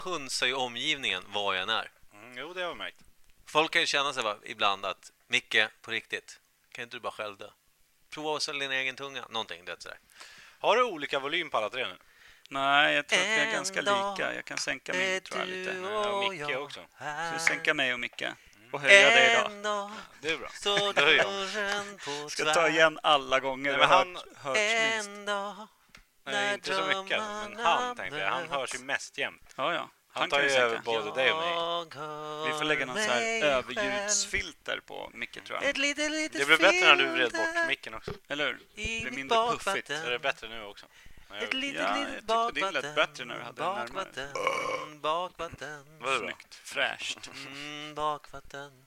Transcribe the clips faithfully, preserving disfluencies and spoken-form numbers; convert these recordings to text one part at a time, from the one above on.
hunsar ju omgivningen var jag än är. Mm, jo, det har jag märkt. Folk kan ju känna sig va, ibland att Micke, på riktigt, kan inte du bara själv dö? Prova att sälja din egen tunga. Någonting, det är sådär. Har du olika volym på alla tre nu? Nej, jag tror att vi är ganska lika. Jag kan sänka mig, tror jag, lite. Ja, Micke också. Så sänka mig och Micke. Och höja dig då. Ja, det är bra. Så det är ska ta igen alla gånger. Nej, men han hört, hörts Nej, inte så mycket. Men han tänkte jag. Han hörs ju mest jämt. Ja, ja. Han, han tar ju över både dig och mig. Vi får lägga något så här överljudsfilter på Micke, tror jag. Ett litet, litet det blir bättre när du vred bort micken också. Eller hur? Det blir mindre puffigt. Är det bättre nu också? Nej, ett litet, ja, litet bakvatten. Det lät bättre när du hade bakvatten, den närmare. Bakvatten. Vad är det? Snyggt. Fräscht. Mm, bakvatten.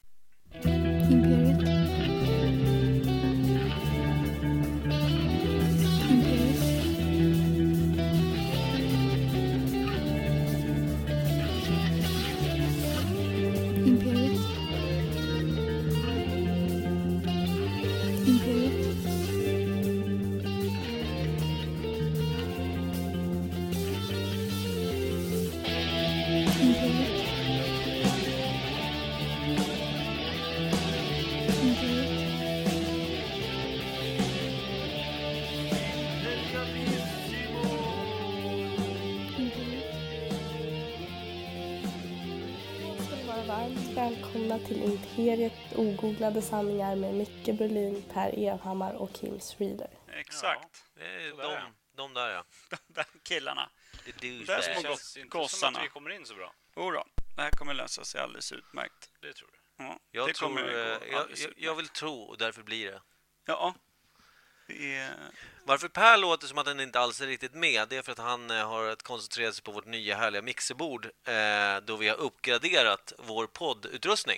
Välkomna till Imperiet ogooglade sanningar med Micke Berlin, Per Evhammar och Kim Reader. Exakt. Ja, det är de, de där, ja. De där killarna. Det är där små känns inte gossarna. som att vi kommer in så bra. Jodå, det här kommer lösa sig alldeles utmärkt. Det tror du. Ja, jag, det tror, kommer jag, jag, jag vill tro, och därför blir det. Ja. Det är... Varför Per låter som att han inte alls är riktigt med, det är för att han har att koncentrera sig på vårt nya härliga mixerbord eh, då vi har uppgraderat vår poddutrustning.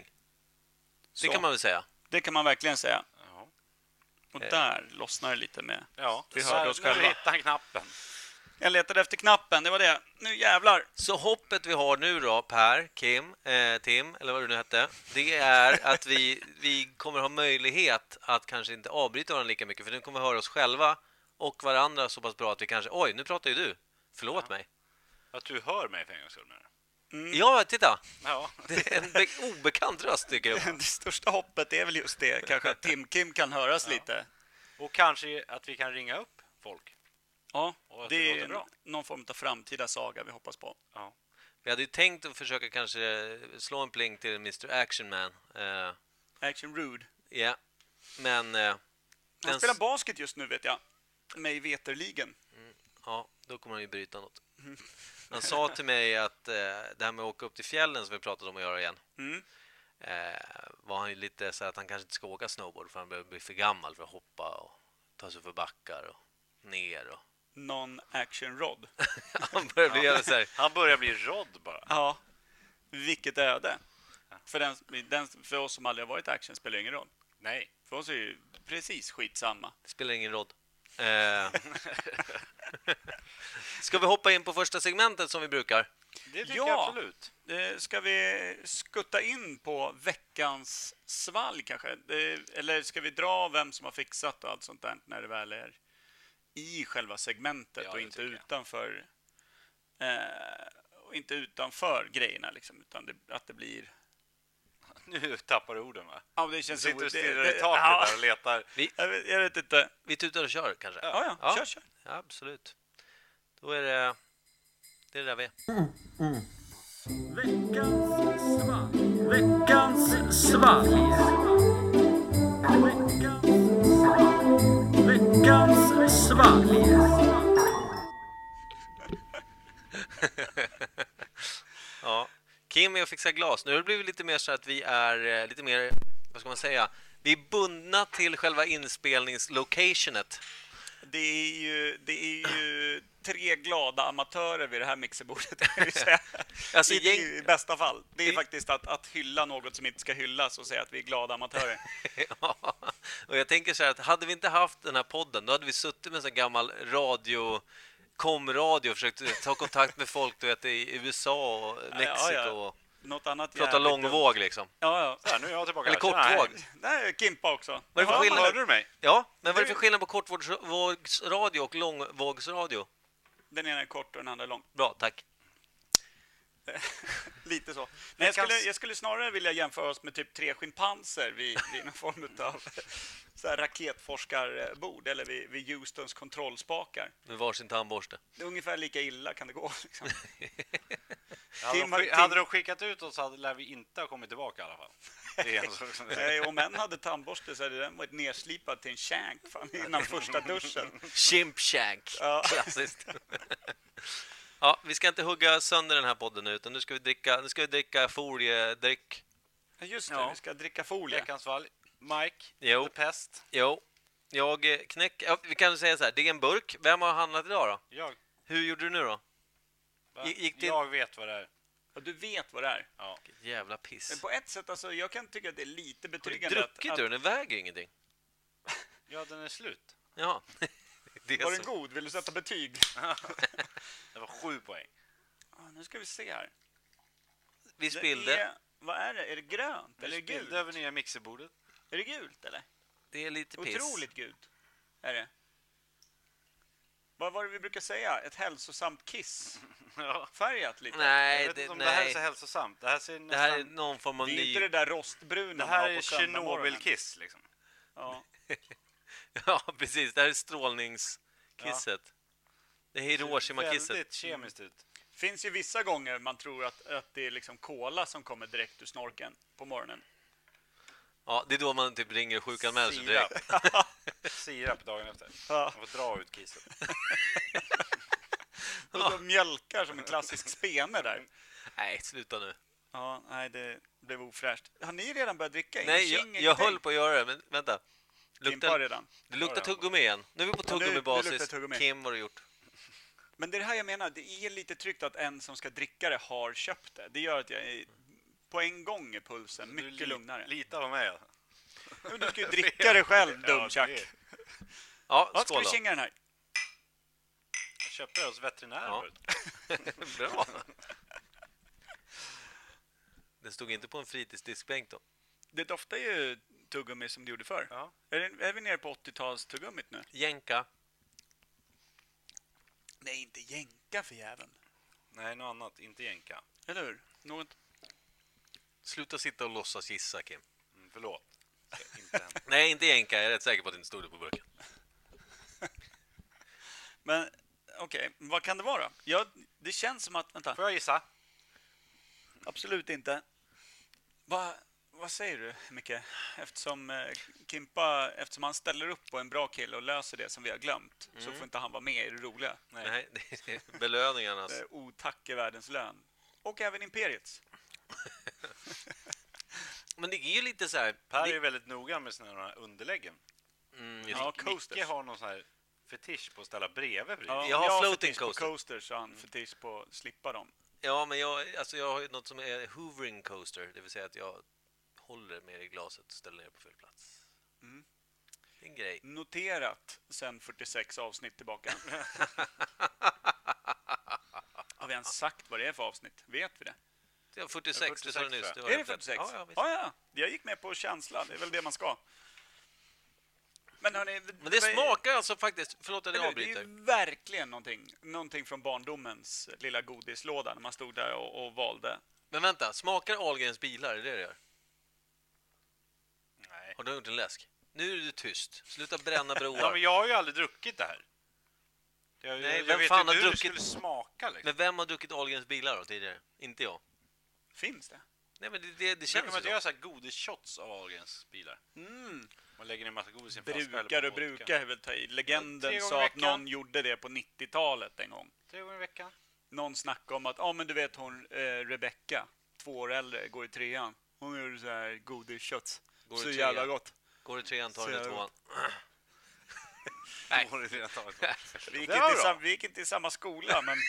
Det Så. kan man väl säga. Det kan man verkligen säga. Ja. Och där lossnar det lite med. Ja, vi hörde oss själva. Nu hittar han knappen. Jag letade efter knappen, det var det. Nu jävlar. Så hoppet vi har nu då, Per, Kim, eh, Tim, eller vad det nu hette, det är att vi, vi kommer ha möjlighet att kanske inte avbryta varandra lika mycket, för nu kommer vi höra oss själva och varandra så pass bra att vi kanske, oj, nu pratar ju du. Förlåt ja. mig. Att du hör mig för en gångs skull med det. Mm. Ja, titta. Ja. Det är en be- obekant röst, tycker jag. Det största hoppet är väl just det. Kanske att Tim Kim kan höras ja. lite. Och kanske att vi kan ringa upp folk. Ja, det, det är bra. Någon form av framtida saga vi hoppas på. Ja. Vi hade ju tänkt att försöka kanske slå en pling till mister Action Man. Uh, Action Rude. Ja, yeah. men... Uh, han den... spelar basket just nu, vet jag. Mig veterligen. Mm. Ja, då kommer han ju bryta något. Mm. Han sa till mig att uh, det här med att åka upp till fjällen som vi pratade om att göra igen. Mm. Uh, var han ju lite så att han kanske inte ska åka snowboard för han börjar bli för gammal för att hoppa och ta sig för backar och ner och... Non-action rod. han, börjar bli ja. så här. han börjar bli rod bara. Ja, vilket öde. Ja. För, den, den, för oss som aldrig har varit action spelar ingen roll. Nej. För oss är det ju precis skitsamma. Det spelar ingen roll. Eh. Ska vi hoppa in på första segmentet som vi brukar? Det tycker ja, jag absolut. Eh, ska vi skutta in på veckans svalg kanske? Eh, eller ska vi dra vem som har fixat och allt sånt där när det väl är i själva segmentet ja, och inte utanför eh, och inte utanför grejerna liksom, utan det, att det blir... Nu tappar du orden, va? Ja, det känns sitter så... och stirrar det, i taket ja. där och letar. Vi, jag, vet, jag vet inte. Vi tutar och kör kanske. Ja, ja, ja. kör, kör. Ja, absolut. Då är det det är det där vi är. Mm, mm. Veckans svalg. Veckans svalg. Veckans svalg. Ja, Kim är och fixar glas. Nu har det blivit lite mer så att vi är lite mer, vad ska man säga, vi är bundna till själva inspelningslocationet. Det är ju, det är ju tre glada amatörer vid det här mixerbordet, kan vi säga. Alltså, I, gäng... I bästa fall. Det är I... faktiskt att, att hylla något som inte ska hyllas och säga att vi är glada amatörer. Ja, och jag tänker så här att hade vi inte haft den här podden, då hade vi suttit med en sån gammal radio, komradio och försökt ta kontakt med folk du vet, i U S A och Mexiko ja, ja. och något annat prata långvåg dumt. Liksom. Ja, ja. Så här, nu är jag tillbaka. Eller kortvåg. Nej, Kimpa också. Vad är det för skillnad? Hörde du mig? Ja, men vad är det för skillnad på kortvågsradio och långvågsradio? Den ena är kort och den andra är lång. Bra, tack. Lite så. Nej, jag, skulle, jag skulle snarare vilja jämföra oss med typ tre schimpanser vid, vid någon form av så här raketforskarbord eller vid, vid Houstons kontrollspakar. Med varsin tandborste. Det är ungefär lika illa kan det gå. Liksom. Hade, Tim- de, skick- Tim- hade de skickat ut oss hade lär vi inte ha kommit tillbaka i alla fall. Det är en sak som Nej, om en hade tandborste så hade den varit nerslipad till en shank fan, innan första duschen. Chimp shank. Ja. Klassiskt. Ja, vi ska inte hugga sönder den här podden nu, utan nu ska vi dricka, nu ska vi dricka foliedryck. Just det, Ja. vi ska dricka folie. Veckans valg. Mike, Jo. The Pest. Jo, jag eh, knäck... Ja, vi kan säga så här, det är en burk. Vem har handlat idag då? Jag. Hur gjorde du nu då? Va? Gick- gick det- Jag vet vad det är. Och du vet vad det är. Ja. Jävla Men piss. på ett sätt, alltså, jag kan tycka att det är lite Har du betryggande druckit att, ur den? Den väger ju ingenting. ja, den är slut. Ja. Det är Var den så. god? Vill du sätta betyg? Det var sju poäng. Ah, nu ska vi se här. Vi Det spillde. Är, vad är det? Är det grönt eller Vi gult? spillde över nya mixerbordet. Är det gult eller? Det är lite piss. Otroligt gult. Är det? Vad var det vi brukar säga? Ett hälsosamt kiss. Ja. Färgat lite. Nej, Jag vet det, inte om det här är nej. så hälsosamt. Det här ser Det här är nästan... någon form av Det är ny... inte det där rostbruna Det man här har är på söndagsmorgonen. Tjernobyl-kiss liksom. Ja. Ja, precis. Det här är strålningskisset. Det är Hiroshima-kisset. Väldigt kemiskt ut. Finns ju vissa gånger man tror att, att det är liksom cola som kommer direkt ur snorken på morgonen. Ja, det är då man typ ringer och sjukanmäler sig direkt. Sirap. Sirap dagen efter. Ja. Man får dra ut kisset. Och så mjölkar som en klassisk spene där. Nej, sluta nu. Ja, nej, det blev ofräscht. Har ni redan börjat dricka? Nej, Ingen jag, tjing, jag ingenting? höll på att göra det, men vänta. Kimpa Luktar, redan. det luktar Ja, ja. tuggummi igen. Nu är vi på Ja, nu- nu tuggummi-basis. luktar tuggummi. Kim, vad har du gjort? Men det är det här jag menar, det är lite tryggt att en som ska dricka det har köpt det. Det gör att jag är, på en gång är pulsen Du mycket li- lugnare. Lita på mig. Alltså. Men du ska ju dricka det själv, Ja, dumtjack. det är- Ja, Ja, ska skål vi då. kinga den här? Jag köpte det hos veterinären Ja. förut. Bra. Den stod inte på en fritidsdiskbänk då. Det doftar ju tuggummi som det gjorde förr. Ja. Är, det, är vi nere på åttio-tals tuggummit nu? Jänka. Nej, inte jänka för jäveln. Nej, något annat. Inte jänka. Eller hur? Något... Sluta sitta och låtsas gissa, Kim. Mm, förlåt. Det är inte hänt. Nej, inte jänka. Jag är rätt säker på att det inte stod det på burken. Men okej, vad kan det vara? Ja, det känns som att... Vänta, Får jag gissa? absolut inte. Va, vad säger du, Micke? Eftersom eh, Kimpa, eftersom han ställer upp på en bra kille och löser det som vi har glömt, så får inte han vara med i det roliga. Nej, det är belöningarnas. Eh, otack är världens lön. Och även Imperiets. Men det är ju lite så här... Per är det- ju väldigt noga med sina här underläggen. Mm, Ja, Micke coasters. har någon sån här fetisch på att ställa bredvid bredvid. Ja, Jag har jag floating fetisch på coaster. coasters och han fetisch på att slippa dem. Ja, men jag, alltså jag har ju något som är hoovering coaster. Det vill säga att jag håller med i glaset och ställer ner på fel plats. Mm. Det är en grej. Noterat sen fyrtiosex avsnitt tillbaka. Har vi ens sagt vad det är för avsnitt? Vet vi det? Det var fyrtiosex, det sa du nyss. tror jag. var Är det helt rätt. fyrtiosex? Ja, ja, visst. ja, ja. Jag gick med på känsla. Det är väl det man ska. Men hörni, Men det smakar alltså faktiskt... Förlåt att jag Eller, det är avbryter. ju verkligen någonting, någonting från barndomens lilla godislåda när man stod där och, och valde. Men vänta, smakar Ahlgrens bilar? Är det det gör? Nej. Har du gjort en läsk? Nu är du tyst. Sluta bränna broar. Ja, men jag har ju aldrig druckit det här. Jag, Nej, jag, vem jag vet fan inte har hur druckit- det skulle smaka liksom. Men vem har druckit Ahlgrens bilar då tidigare? Inte jag. Finns det? Nej, men det, det, det Brukar känns man ju inte så. göra så här godisshots av Ahlgrens bilar? Mm. Man lägger ner en massa godis i en flaska. eller Brukar på och vodka. brukar är väl ta i. Legenden Tre gånger sa i att veckan. någon gjorde det på nittiotalet en gång. Tre gånger i veckan. Någon snackade om att, ja ah, men du vet hon eh, Rebecca, två år äldre, går i trean. Hon gör så här godisshots. Går i Så trean. jävla gott. Går det trean, tar Så det jag- tvåan. Nej. Har du redan tagit det? Vi gick, Det inte var i, bra. sam, vi gick inte i samma skola, men...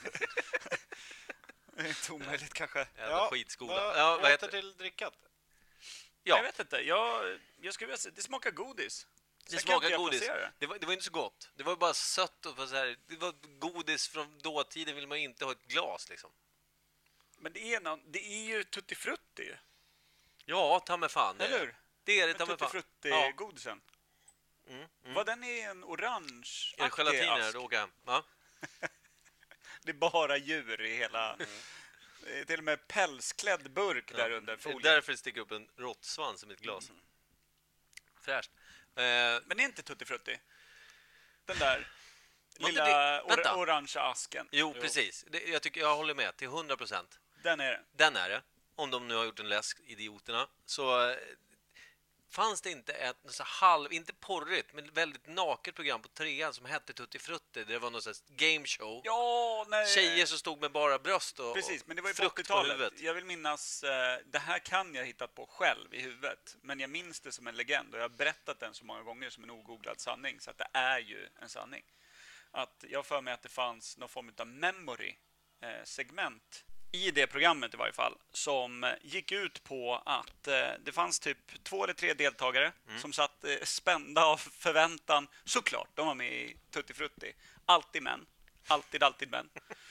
det är inte omöjligt kanske. Jävla skitskola. Vad, Ja, vad åter heter det? till drickat. Jag Ja, vet inte. Jag, jag skulle vilja säga, det smakar godis. det Sen kan smakar inte jag godis. placera det. Det var, det var inte så gott. Det var bara sött och så här. Det var godis från dåtiden, vill man inte ha ett glas liksom. Men det är, någon, det är ju Tutti Frutti, Ja, ta mig fan. det är eller det. hur? Det är det, ta mig Tutti fan. Ja. Frutti-godisen. Mm, mm. Vad den är en orange Är det gelatin här? ask. Då åker jag hem. Ja. Det är bara djur i hela... Det är till och med pälsklädd burk Ja, där under det är folien. därför det sticker upp en råttsvans i mitt glas. Mm. Fräscht. Eh, Men det är inte Tutti Frutti. Den där Var inte lilla det- vänta. or- orangea asken. jo, precis. Det, jag, tycker, jag håller med till hundra procent. Den är det. Den är det. Om de nu har gjort en läsk, idioterna. Så eh, fanns det inte ett så halv, inte porrigt, men väldigt naket program på trean som hette Tutti Frutti. Det var någon slags game show. Ja, nej. Tjejer som stod med bara bröst och, Precis, men det var ju på frukt på åttiotalet. huvudet. Jag vill minnas, eh, det här kan jag hittat på själv i huvudet. Men jag minns det som en legend och jag har berättat den så många gånger som en ogooglad sanning. Så att det är ju en sanning. Att jag har för mig att det fanns någon form av memory eh, segment i det programmet i varje fall, som eh, gick ut på att eh, det fanns typ två eller tre deltagare Mm. som satt eh, spända av förväntan. Såklart, de var med i Tutti Frutti. Alltid män. Alltid, alltid män.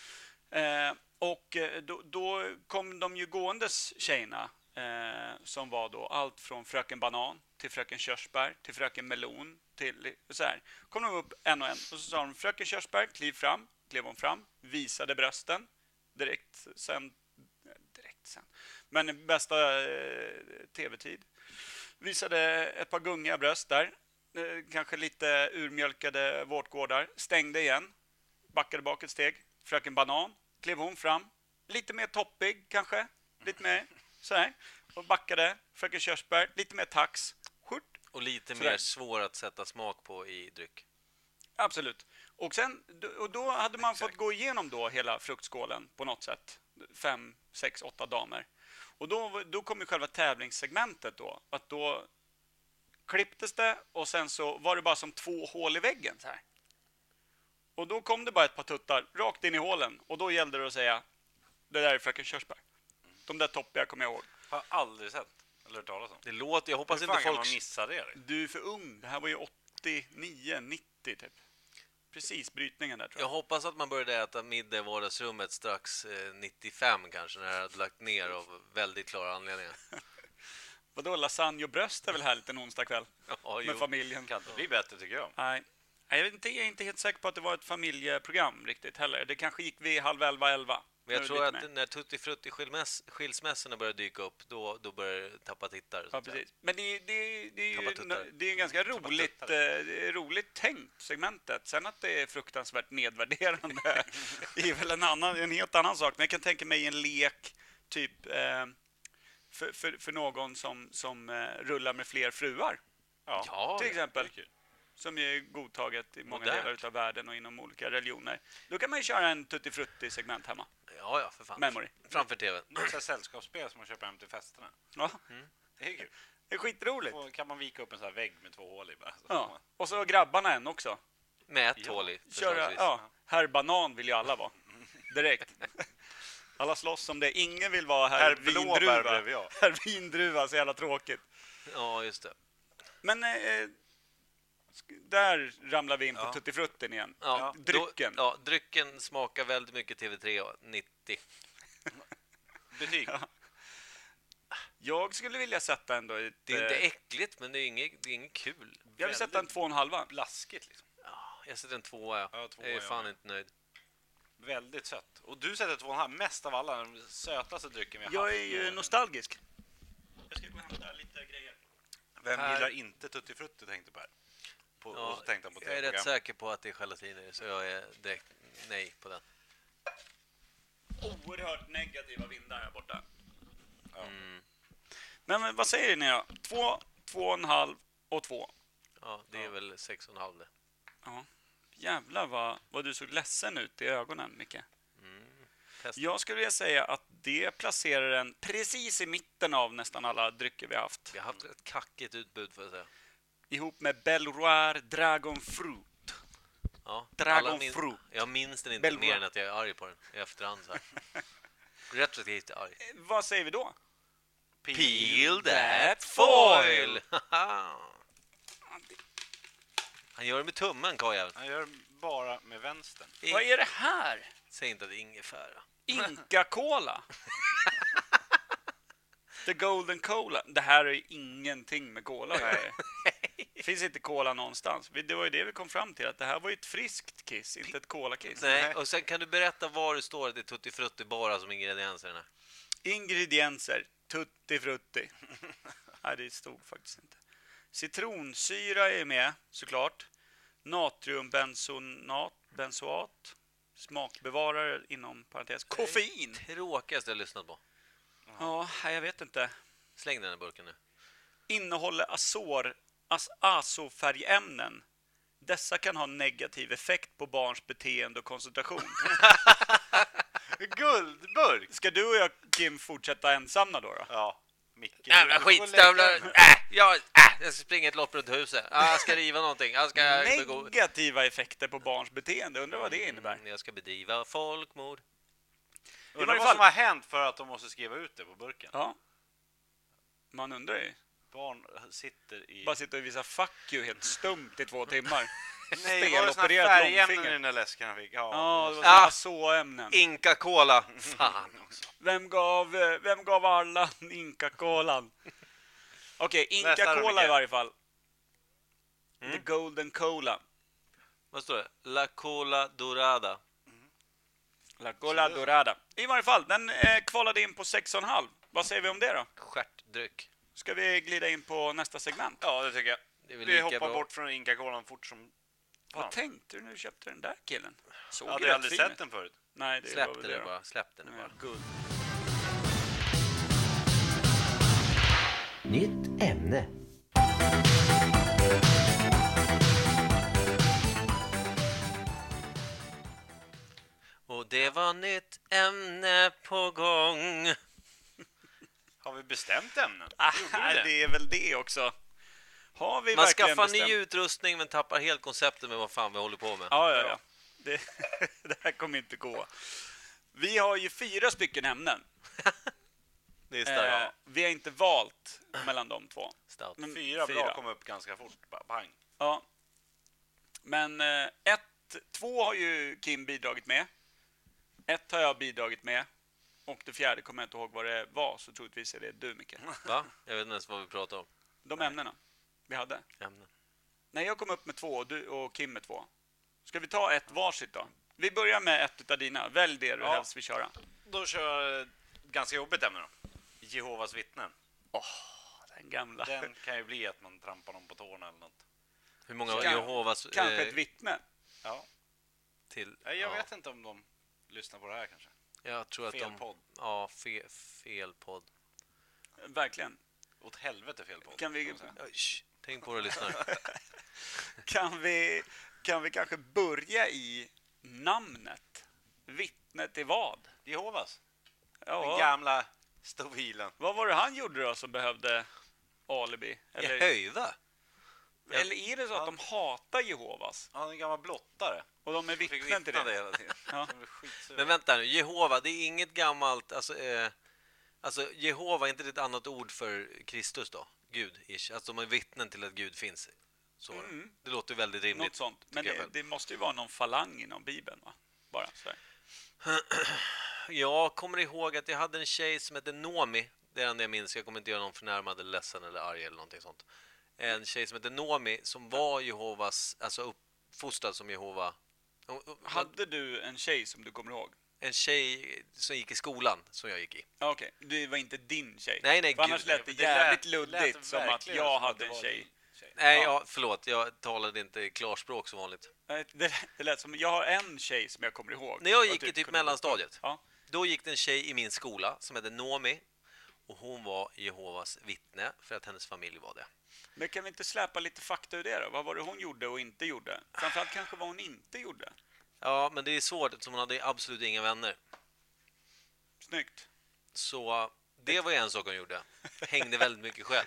Eh, och eh, då, då kom de ju gåendes tjejerna, eh, som var då allt från Fröken Banan till Fröken Körsbär till Fröken Melon till så här. Kom de upp en och en och så sa de Fröken Körsbär, kliv fram, klev hon fram, visade brösten direkt sen, direkt sen. Men bästa eh, tv-tid. Visade ett par gungiga bröst där, eh, kanske lite urmjölkade vårtgårdar, stängde igen, backade bak ett steg. Fröken Banan, klev hon fram, lite mer toppig kanske, lite mer så här, och backade. Fröken Körsbär, lite mer tax, skjort. Och lite Sådär. mer svår att sätta smak på i dryck. Absolut. Och sen och då hade man fått gå igenom då hela fruktskålen på något sätt. Fem, sex, åtta damer. Och då, då kom ju själva tävlingssegmentet då. Att då klipptes det och sen så var det bara som två hål i väggen så här. Och då kom det bara ett par tuttar rakt in i hålen. Och då gällde det att säga, det där är Fröken Körsbär. De där toppiga kommer jag ihåg. Har aldrig sett eller hört talas om. Det låter, jag hoppas Hur inte fan kan folk... man missa det? Du är för ung. Det här var ju åttionio, nittio typ. Precis brytningen där tror Jag jag. hoppas att man började äta middag i vardagsrummet strax eh, nittiofem kanske, när det hade lagt ner av väldigt klara anledningar. Vadå, lasagne och bröst är väl härligt en onsdag kväll Ja, med jo. familjen? Kan inte bli bättre tycker jag. Nej. Nej, jag, vet inte, jag är inte helt säker på att det var ett familjeprogram riktigt heller. Det kanske gick vid halv elva, elva. Men jag Nu är tror det att lite mer. när Tutti Frutti skilmäss, skilsmässorna börjar dyka upp, då, då börjar det tappa tittare. så Ja, att säga. precis. Men det, det, det är Tappa ju tuttar. det är en ganska roligt, eh, det är roligt tänkt segmentet. Sen att det är fruktansvärt nedvärderande är väl en, annan, en helt annan sak. Men jag kan tänka mig en lek typ eh, för, för, för någon som, som eh, rullar med fler fruar. Ja, Ja, Till exempel. det är kul. Som är godtaget i många Modernt. delar av världen och inom olika religioner. Då kan man ju köra en Tutti Frutti-segment hemma. ja, ja, för fan. Memory. Framför tvn. Det är så här sällskapsspel som man köper hem till festerna. Ja, Det är kul. det är skitroligt. Och kan man vika upp en sån här vägg med två hål i bara. Så Ja. Och så grabbarna en också. Med ett Ja, hål i. Köra, förslagsvis. ja, herr Banan vill ju alla vara. Direkt. Alla slåss om det. Ingen vill vara herr, Herr Blåbär Vindruva. blev jag. Herr Vindruva, så jävla tråkigt. Ja, just det. Men eh, där ramlar vi in på Ja. Tutti Fruttin igen. Ja, Drycken. Då, ja, drycken smakar väldigt mycket T V tre nittio. Betyg. Jag skulle vilja sätta ändå ett... Det är inte eh, äckligt, men det är inget, det är inget kul. jag vill sätta en två och en halva. Blaskigt liksom. Ja, jag sätter en tvåa. Ja. Ja, tvåa, jag är ja. fan inte nöjd. Väldigt sött. Och du sätter två och en halv. Mest av alla. Den sötaste drycken vi har Jag haft. är ju nostalgisk. Jag ska gå och hämta lite grejer. Vem Här- gillar inte Tutti Frutti, tänkte Per. På, och Ja, så tänkte han på jag är rätt tv-program. säker på att det är gelatin i det, så jag är direkt nej på den. Oerhört negativa vindar här borta. Ja. Mm. Men, men vad säger ni då? Två, två och en halv och två. Ja, det är Ja. väl sex och en halv det. Ja. Jävlar vad, vad du såg ledsen ut i ögonen, Micke. Testa. Jag skulle vilja säga att det placerar den precis i mitten av nästan alla drycker vi har haft. Vi har haft ett kackigt utbud, får jag säga. Ihop med Belroir Dragon Fruit. Ja, Dragon alla min- Fruit. Jag minns den inte Belvoir. mer än att jag är arg på den i efterhand. Så här. Retroaktivt arg. Eh, vad säger vi då? Peel that foil! Han gör det med tummen, karljäveln. Han gör bara med vänstern. Vad är det här? Säg inte att det är ingefära. Inca Cola. The Golden Cola. Det här är ingenting med cola att göra. Finns inte cola någonstans. Det var ju det vi kom fram till, att det här var ju ett friskt kiss, inte ett cola-kiss. Nej, och sen kan du berätta var det står att det är tutti frutti bara som ingredienser. i den här. Ingredienser, tutti frutti. Nej, det stod faktiskt inte. Citronsyra är med, såklart. Natriumbensonat, benzoat. Smakbevarare inom parentes. Koffein! Tråkigaste jag lyssnat på. Ja, jag vet inte. Släng den här burken nu. Innehåller azor, as, azofärgämnen. Dessa kan ha negativ effekt på barns beteende och koncentration. Guldburk! Ska du och jag, Kim, fortsätta ensamma då? då? Ja, Micke. Jävla skitstövlar! Äh, jag, äh, jag ska springa ett lopp runt huset. Ah, jag ska riva någonting. Jag ska begå... Negativa effekter på barns beteende. Undrar vad det innebär. Mm, jag ska bedriva folkmord. Undrar varje vad fall- som har hänt för att de måste skriva ut det på burken. Ja. Man undrar ju. Barn sitter i... Bara sitta och visa fuck you helt stumt i två timmar. Nej, det var ju såna Stelopererat färgämnen i långfinger. den där läsken han fick. Ja, Ja, det var Ah. sådana azåämnen. Inka Cola. Fan också. Vem gav, eh, vem gav alla Inka-kolan? Okej, Nästa Inka-kola rubrik. i varje fall. Mm. The Golden Cola. Vad står det? La Cola Dorada. La Cola Dorada. I varje fall, den eh, kvalade in på sex komma fem. Vad säger vi om det då? Stjärtdryck. Ska vi glida in på nästa segment? ja, det tycker jag. Det är väl Vi lika hoppar bra. bort från Inka-kolan fort som... Vad Fan. tänkte du när du köpte den där killen? Såg Jag ju hade rätt aldrig fin sett ut. den förut. Nej, det var Släpp väl den det nu då. bara. Släpp den nu Ja, bara. guld. Nytt ämne. Och det var nytt ämne på gång. Har vi bestämt ämnen? Ah, Gjorde vi det? det är väl det också. Har vi Man verkligen skaffar bestämt? ny utrustning men tappar helt konceptet med vad fan vi håller på med. Ja, ja, ja. Det, det här kommer inte gå. Vi har ju fyra stycken ämnen. Det är starkt. Eh, vi har inte valt mellan de två. Stout. Men Fyra bra kom upp ganska fort. Bara pang. Ja. Men eh, ett, två har ju Kim bidragit med. Ett har jag bidragit med. Och det fjärde kommer jag inte ihåg vad det var, så troligtvis är det du, Micke. Va? Jag vet inte ens vad vi pratar om. De ämnena vi hade. Ämnen. Nej, jag kom upp med två och du och Kim med två. Ska vi ta ett varsitt då? Vi börjar med ett utav dina. Välj det du Ja. helst vill köra. Då kör jag ett ganska jobbigt ämne då. Jehovas vittnen. Den gamla. Den kan ju bli att man trampar dem på tårna eller något. Hur många Kan- Jehovas... Kanske eh, ett vittne. Ja. till... Nej, Jag ja. vet inte om de lyssnar på det här kanske. Jag tror att Fel de... podd. Ja, fe, fel podd. Verkligen. Åt helvete fel podd. Kan vi- kan man säga. Oj, shh. Tänk på det, lyssnare. Kan vi, kan vi kanske börja i namnet? Vittnet till vad? Jehovas. Den Ja, gamla stovilen. vad var det han gjorde då som behövde alibi? Eller, Höjva? eller är det så att de hatar Jehovas? Han är en gammal blottare. Och de är Fick vittnen till vittna det? hela tiden. Ja. De är skitsura. Men vänta nu, Jehova, det är inget gammalt... Alltså, eh, alltså Jehova, är inte det ett annat ord för Kristus då? Gud, ish. Alltså de är vittnen till att Gud finns. Så. Mm. Det låter väldigt rimligt. Något sånt. Men tycker jag det, själv. det måste ju vara någon falang inom Bibeln, va? Bara sådär. Jag kommer ihåg att jag hade en tjej som hette Nomi. Det är den jag minns. Jag kommer inte göra någon förnärmad eller ledsen eller arg eller någonting sånt. En tjej som hette Nomi som var Jehovas, alltså uppfostrad som Jehova. Hon- hon- Hade du en tjej som du kommer ihåg? En tjej som gick i skolan som jag gick i. Ja, okej. Det var inte din tjej? Nej, nej, För annars gud, lät det Det jävligt lät- luddigt lät som att verkligen jag som att hade det en var tjej. din tjej. Nej, Ja. ja, förlåt. Jag talade inte klarspråk som vanligt. Nej, Det, det lät som, jag har en tjej som jag kommer ihåg. När jag Och gick i typ kunde- mellanstadiet, Ja. då gick det en tjej i min skola som hette Nomi. Och hon var Jehovas vittne för att hennes familj var det. Men kan vi inte släppa lite fakta ur det då? Vad var det hon gjorde och inte gjorde? Framförallt kanske vad hon inte gjorde. Ja, men det är svårt eftersom hon hade absolut inga vänner. Snyggt. Så det var ju en sak hon gjorde. Hängde väldigt mycket själv.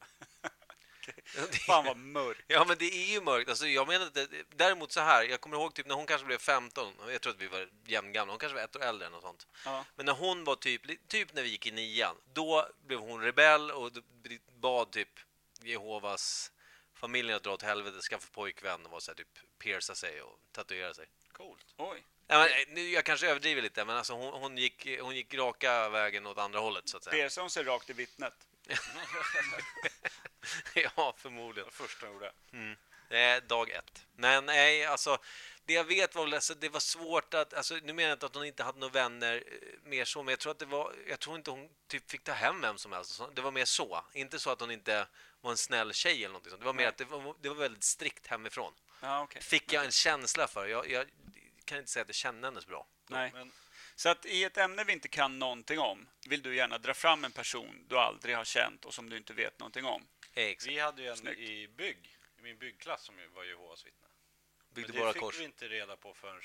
Fan vad mörkt. Ja, men det är ju mörkt. Alltså, jag menar inte, däremot så här, jag kommer ihåg typ när hon kanske blev femton. Jag tror att vi var jämngamla. Hon kanske var ett år äldre än något sånt. Ja. Men när hon var typ, typ när vi gick i nian, då blev hon rebell och bad typ Jehovas familjen att dra åt helvete, skaffa pojkvän och var så här, typ pierca sig och tatuera sig. Coolt. Oj. Ja, men, nu, jag kanske överdriver lite, men alltså hon, hon, gick, hon gick raka vägen åt andra hållet så att säga. Persson ser rakt i vittnet. Ja, förmodligen. Det första jag gjorde. Mm. Eh, dag ett. Men nej, alltså det jag vet var väl, alltså, det var svårt att, alltså, nu menar jag inte att hon inte hade några vänner eh, mer så, men jag tror att det var, jag tror inte hon typ fick ta hem vem som helst. Det var mer så, inte så att hon inte var en snäll tjej eller någonting sånt. Det var mer Nej. att det var, det var väldigt strikt hemifrån. Ja, okej. Fick jag en känsla för. Jag, jag kan inte säga att jag kände henne så bra. Nej. Men Så att i ett ämne vi inte kan någonting om vill du gärna dra fram en person du aldrig har känt och som du inte vet någonting om. Exakt. vi hade ju en Snyggt. i bygg, i min byggklass som ju var Jehovas vittne. Byggde Men det bara fick kors. vi inte reda på förrän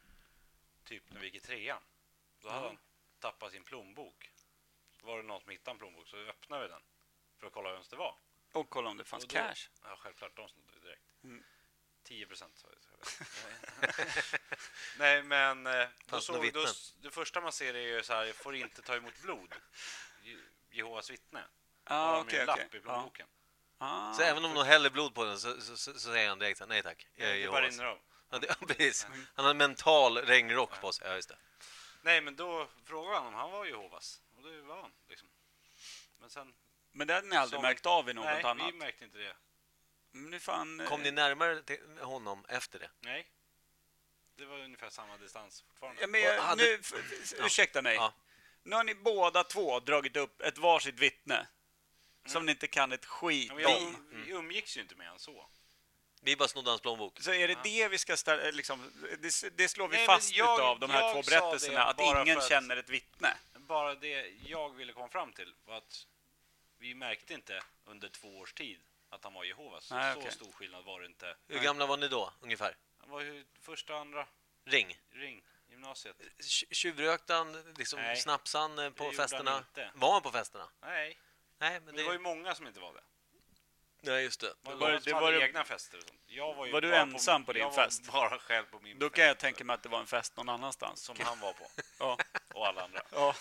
typ när vi gick i trean. Då hade Ja. han tappat sin plånbok. Då var det någon som hittade en plånbok, så öppnade vi den för att kolla vems det var. Och kolla om det fanns Och då- cash. Ja, självklart, de snodde det direkt. Mm. tio procent sa jag. Nej, men eh, då Fanns det såg, några då, vittnen? det första man ser är ju så här, får inte ta emot blod. Je- Jehovas vittne. Ja, Har de okej, en okej. lapp i plånboken. Ah, Så även om någon häller blod på den så, så, så, så säger han direkt så här, nej tack. Jag är Det bara Jehovas. rinner av. Ja, det, ja, precis. Han har en mental regnrock på sig. Ja, just det. Nej, men då frågade han om han var Jehovas. Och det var han, liksom. Men sen... Men det hade ni aldrig Som- märkt av i något Nej, annat? vi märkte inte det. Men nu fan... eh, Kom ni närmare till honom efter det? Nej. Det var ungefär samma distans fortfarande. Ja, men jag, Och hade- nu, f- f- ursäkta mig. Ja. Nu har ni båda två dragit upp ett varsitt vittne som ni inte kan ett skit Ja, men jag, om. vi umgicks ju inte med han så. Vi bara snodde hans plånbok. Så är det det vi ska ställa, liksom, det, det slår vi Nej, men fast jag- utav de här jag två sa berättelserna, det att bara ingen för att- känner ett vittne. Bara det jag ville komma fram till var att vi märkte inte under två års tid att han var Jehovas. Nej, så okej. stor skillnad var det inte. Hur gamla var ni då, ungefär? Han var ju första, andra Ring. ring, gymnasiet. Tj- Tjuvrökte han, liksom Nej. snapsan eh, på gjorde festerna? han inte. Var han på festerna? Nej, Nej, men men det... det var ju många som inte var det. Nej, just det. Det var, Var det- många som det hade var det- egna fester och sånt. Jag var ju Var du bara ensam på din jag fest? Jag var bara själv på min Då fest. kan jag tänka mig att det var en fest någon annanstans. Som han var på. Ja. Och alla andra. Ja.